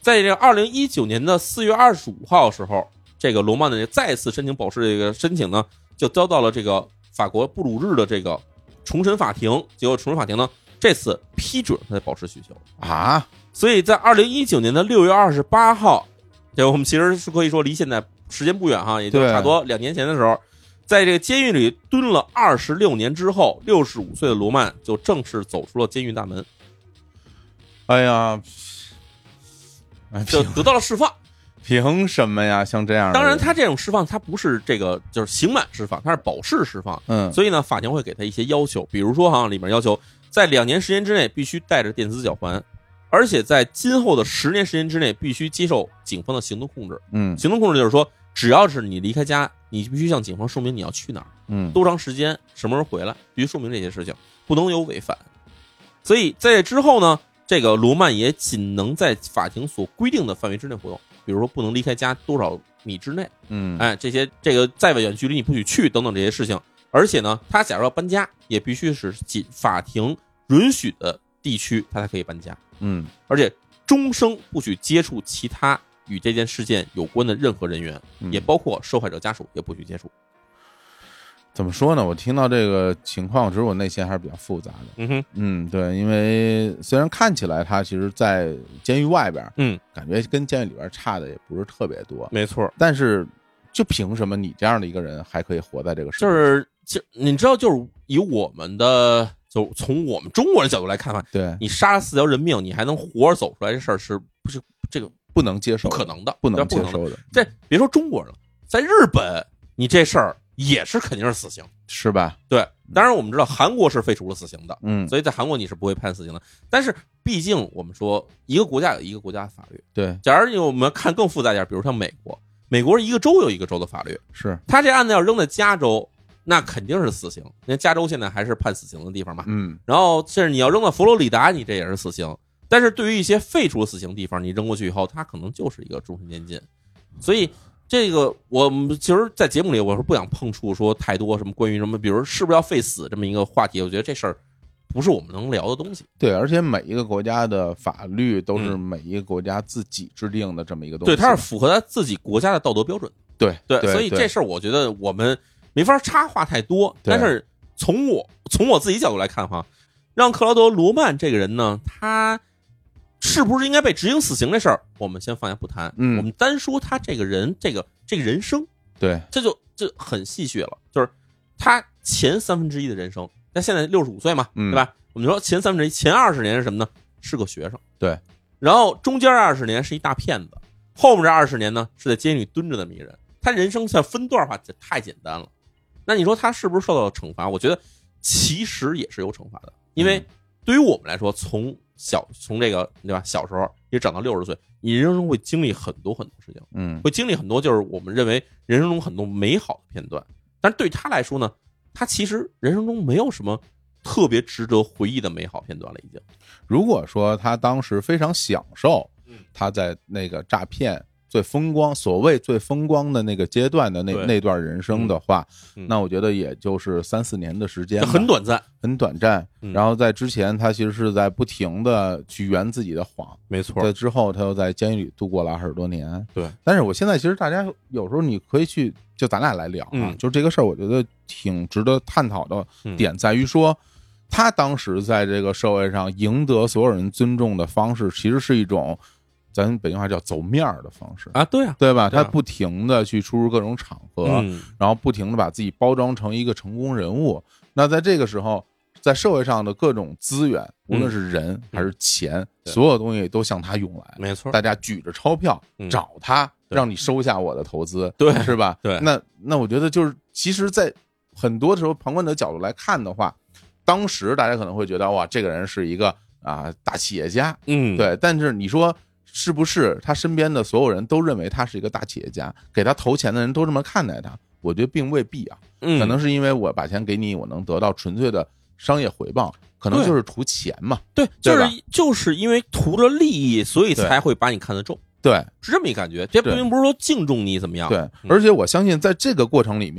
在这个2019年的4月25号的时候，这个罗曼的再次申请保释这个申请呢，就遭到了这个法国布鲁日的这个重审法庭，结果重审法庭呢这次批准他的保释需求啊。 所以在2019年的6月28号，这我们其实是可以说离现在时间不远哈，也就差不多2年前的时候，在这个监狱里蹲了26年之后，65岁的罗曼就正式走出了监狱大门。 哎呀， 就得到了释放。 凭什么呀？像这样的， 当然，他这种释放，他不是这个就是刑满释放，他是保释释放。所以呢，法庭会给他一些要求，比如说哈，里面要求在2年时间之内必须带着电子脚环，而且在今后的10年时间之内必须接受警方的行动控制。行动控制就是说，只要是你离开家，你必须向警方说明你要去哪儿，多长时间，什么时候回来，必须说明这些事情，不能有违反。所以在之后呢，这个罗曼也仅能在法庭所规定的范围之内活动，比如说不能离开家多少米之内，这些这个再远距离你不许去等等这些事情。而且呢，他假如要搬家，也必须是法庭允许的地区，他才可以搬家。而且终生不许接触其他与这件事件有关的任何人员，也包括受害者家属也不许接触。 怎么说呢？我听到这个情况，其实我内心还是比较复杂的。对，因为虽然看起来他其实在监狱外边，感觉跟监狱里边差的也不是特别多， 没错。 但是就凭什么你这样的一个人还可以活在这个世界？ 就你知道，就是以我们的，就从我们中国人角度来看吧， 对， 你杀了4条人命，你还能活着走出来，这事儿是不是这个不能接受， 不可能的， 不能接受的。 这别说中国人了，在日本，你这事儿也是肯定是死刑， 是吧？ 对，当然我们知道韩国是废除了死刑的，所以在韩国你是不会判死刑的。但是毕竟我们说一个国家有一个国家的法律， 对。 假如我们看更复杂一点，比如像美国，美国一个州有一个州的法律， 是他这案子要扔在加州，那肯定是死刑，因为加州现在还是判死刑的地方嘛。然后甚至你要扔到佛罗里达，你这也是死刑。但是对于一些废除死刑的地方，你扔过去以后，它可能就是一个终身监禁。所以这个我们其实在节目里我是不想碰触说太多什么关于什么比如是不是要废死这么一个话题，我觉得这事儿不是我们能聊的东西。 对，而且每一个国家的法律都是每一个国家自己制定的这么一个东西， 对，它是符合他自己国家的道德标准。 对， 所以这事儿我觉得我们没法插话太多。但是从我自己角度来看哈，让克劳德·罗曼这个人呢，他是不是应该被执行死刑这事儿，我们先放下不谈。我们单说他这个人，这个人生， 对， 这很戏谑了。就是他前1/3的人生，他现在65岁嘛，对吧？我们说前1/3，前20年是什么呢？是个学生， 对。 然后中间20年是一大骗子，后面这20年呢是在监狱里蹲着的一个人。他人生像分段化，这太简单了。那你说他是不是受到了惩罚？我觉得其实也是有惩罚的，因为对于我们来说，从这个对吧，小时候也长到60岁，你人生中会经历很多很多事情，会经历很多就是我们认为人生中很多美好的片段。但是对他来说呢，他其实人生中没有什么特别值得回忆的美好片段了已经。 如果说他当时非常享受他在那个诈骗最风光，所谓最风光的那个阶段的那段人生的话，那我觉得也就是3-4年的时间， 很短暂， 很短暂。然后在之前，他其实是在不停的去圆自己的谎， 没错。 在之后，他又在监狱里度过了20多年。 对。 但是我现在其实大家有时候你可以去，就咱俩来聊啊，就这个事儿，我觉得挺值得探讨的点在于说，他当时在这个社会上赢得所有人尊重的方式，其实是一种咱北京话叫走面儿的方式啊，对啊， 对吧？他不停的去出入各种场合，然后不停的把自己包装成一个成功人物。那在这个时候，在社会上的各种资源，无论是人还是钱，所有东西都向他涌来， 没错。 大家举着钞票找他，让你收下我的投资， 对， 是吧？ 对。 那我觉得就是，其实，在很多时候旁观者角度来看的话，当时大家可能会觉得哇，这个人是一个大企业家，对。但是你说是不是他身边的所有人都认为他是一个大企业家，给他投钱的人都这么看待他？我觉得并未必啊，可能是因为我把钱给你，我能得到纯粹的商业回报，可能就是图钱嘛。 对，就是因为图了利益，所以才会把你看得重。 对， 是这么一感觉。这并不是说敬重你怎么样。 对，而且我相信在这个过程里面，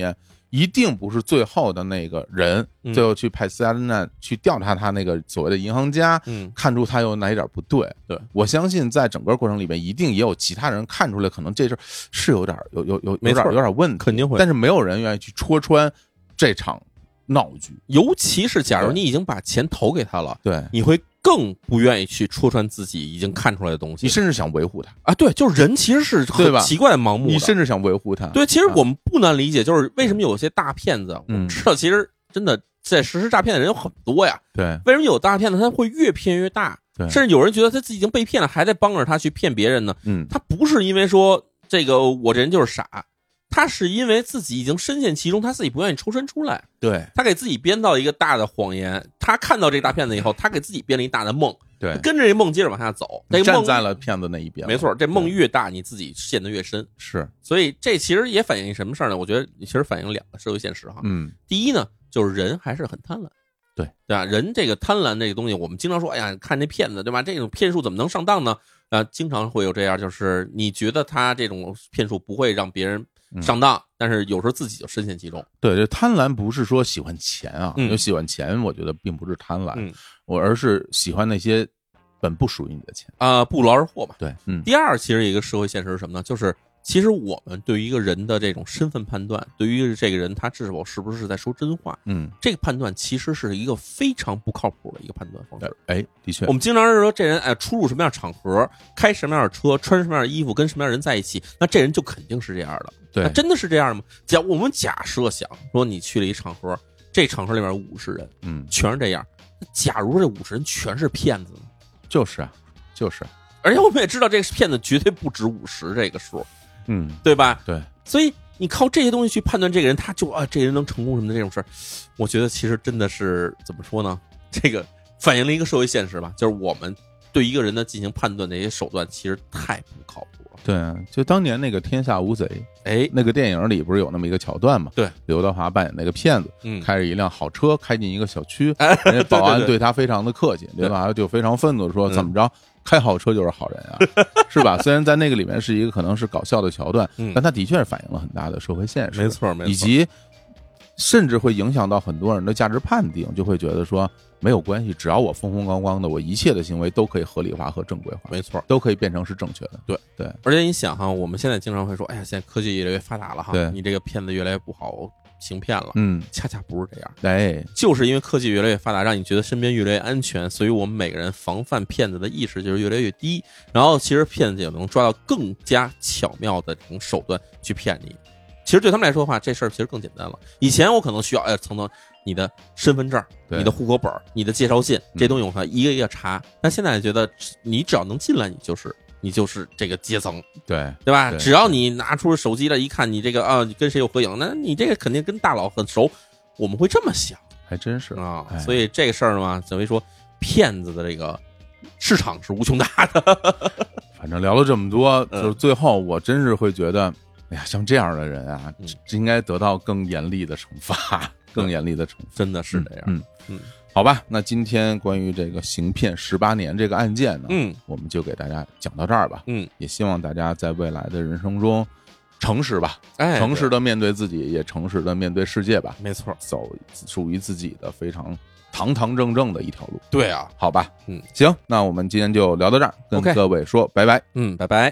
一定不是最后的那个人，最后去派斯嘉丽娜去调查他那个所谓的银行家，看出他有哪一点不对。 对， 我相信在整个过程里面，一定也有其他人看出来，可能这事是有点问题， 肯定会， 但是没有人愿意去戳穿这场闹剧， 尤其是假如你已经把钱投给他了， 对， 你会更不愿意去戳穿自己已经看出来的东西， 你甚至想维护他啊。对，就是人其实是很奇怪的盲目的， 你甚至想维护他。 对，其实我们不难理解，就是为什么有些大骗子，我们知道其实真的在实施诈骗的人有很多呀。 对， 为什么有大骗子他会越骗越大？ 对， 甚至有人觉得他自己已经被骗了，还在帮着他去骗别人呢。他不是因为说这个我这人就是傻。他是因为自己已经深陷其中，他自己不愿意抽身出来。 对， 他给自己编造一个大的谎言。他看到这个大骗子以后，他给自己编了一大的梦。 对， 跟着这梦接着往下走。这站在了骗子那一边。 没错，这梦越大，你自己陷得越深。 是， 所以这其实也反映什么事儿呢？我觉得其实反映两个社会现实哈。第一呢，就是人还是很贪婪。 对吧？人这个贪婪这个东西，我们经常说，哎呀，看这骗子，对吧？这种骗术怎么能上当呢？经常会有这样，就是你觉得他这种骗术不会让别人上当，但是有时候自己就深陷其中。 对，这贪婪不是说喜欢钱啊，就喜欢钱，我觉得并不是贪婪，而是喜欢那些本不属于你的钱不劳而获嘛。 对， 第二，其实一个社会现实是什么呢？就是其实我们对于一个人的这种身份判断，对于这个人他是否是不是在说真话，这个判断其实是一个非常不靠谱的一个判断方式。 的确， 我们经常是说这人出入什么样的场合，开什么样的车，穿什么样的衣服，跟什么样的人在一起，那这人就肯定是这样的。 对， 那真的是这样吗？我们假设想说你去了一场合，这场合里面50人，全是这样。假如这50人全是骗子呢？ 就是啊， 而且我们也知道这个骗子绝对不止50这个数。对吧？ 对， 所以你靠这些东西去判断这个人，他就这人能成功什么的这种事儿，我觉得其实真的是怎么说呢？这个反映了一个社会现实吧，就是我们对一个人的进行判断的一些手段其实太不靠谱了。 对啊，就当年那个《天下无贼》，那个电影里不是有那么一个桥段嘛？ 对， 刘德华扮演那个骗子，开着一辆好车开进一个小区，人家保安对他非常的客气，刘德华就非常愤怒说：“怎么着？开好车就是好人啊，是吧？”虽然在那个里面是一个可能是搞笑的桥段，但它的确是反映了很大的社会现实， 没错， 以及甚至会影响到很多人的价值判定，就会觉得说没有关系，只要我风风光光的，我一切的行为都可以合理化和正规化， 没错， 都可以变成是正确的。 对，而且你想哈，我们现在经常会说，哎呀，现在科技越来越发达了哈，你这个骗子越来越不好行骗了，恰恰不是这样，就是因为科技越来越发达，让你觉得身边越来越安全，所以我们每个人防范骗子的意识就是越来越低，然后其实骗子也能抓到更加巧妙的这种手段去骗你。其实对他们来说的话，这事儿其实更简单了。以前我可能需要层你的身份证、你的户口本、你的介绍信，这东西我一个一个查。但现在觉得你只要能进来，你就是这个阶层，对吧？只要你拿出手机来一看，你这个你跟谁有合影，那你这个肯定跟大佬很熟。我们会这么想， 还真是啊。所以这个事儿嘛，等于说骗子的这个市场是无穷大的。 反正聊了这么多，就是最后我真是会觉得，哎呀，像这样的人啊，应该得到更严厉的惩罚，更严厉的惩罚， 真的是这样。 好吧，那今天关于这个行骗18年这个案件呢，我们就给大家讲到这儿吧。也希望大家在未来的人生中诚实吧，诚实的面对自己，也诚实的面对世界吧。 没错， 走属于自己的非常堂堂正正的一条路。 对啊， 好吧，行，那我们今天就聊到这儿，跟各位说拜拜。 拜拜。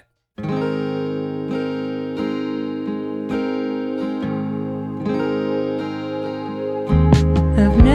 I've never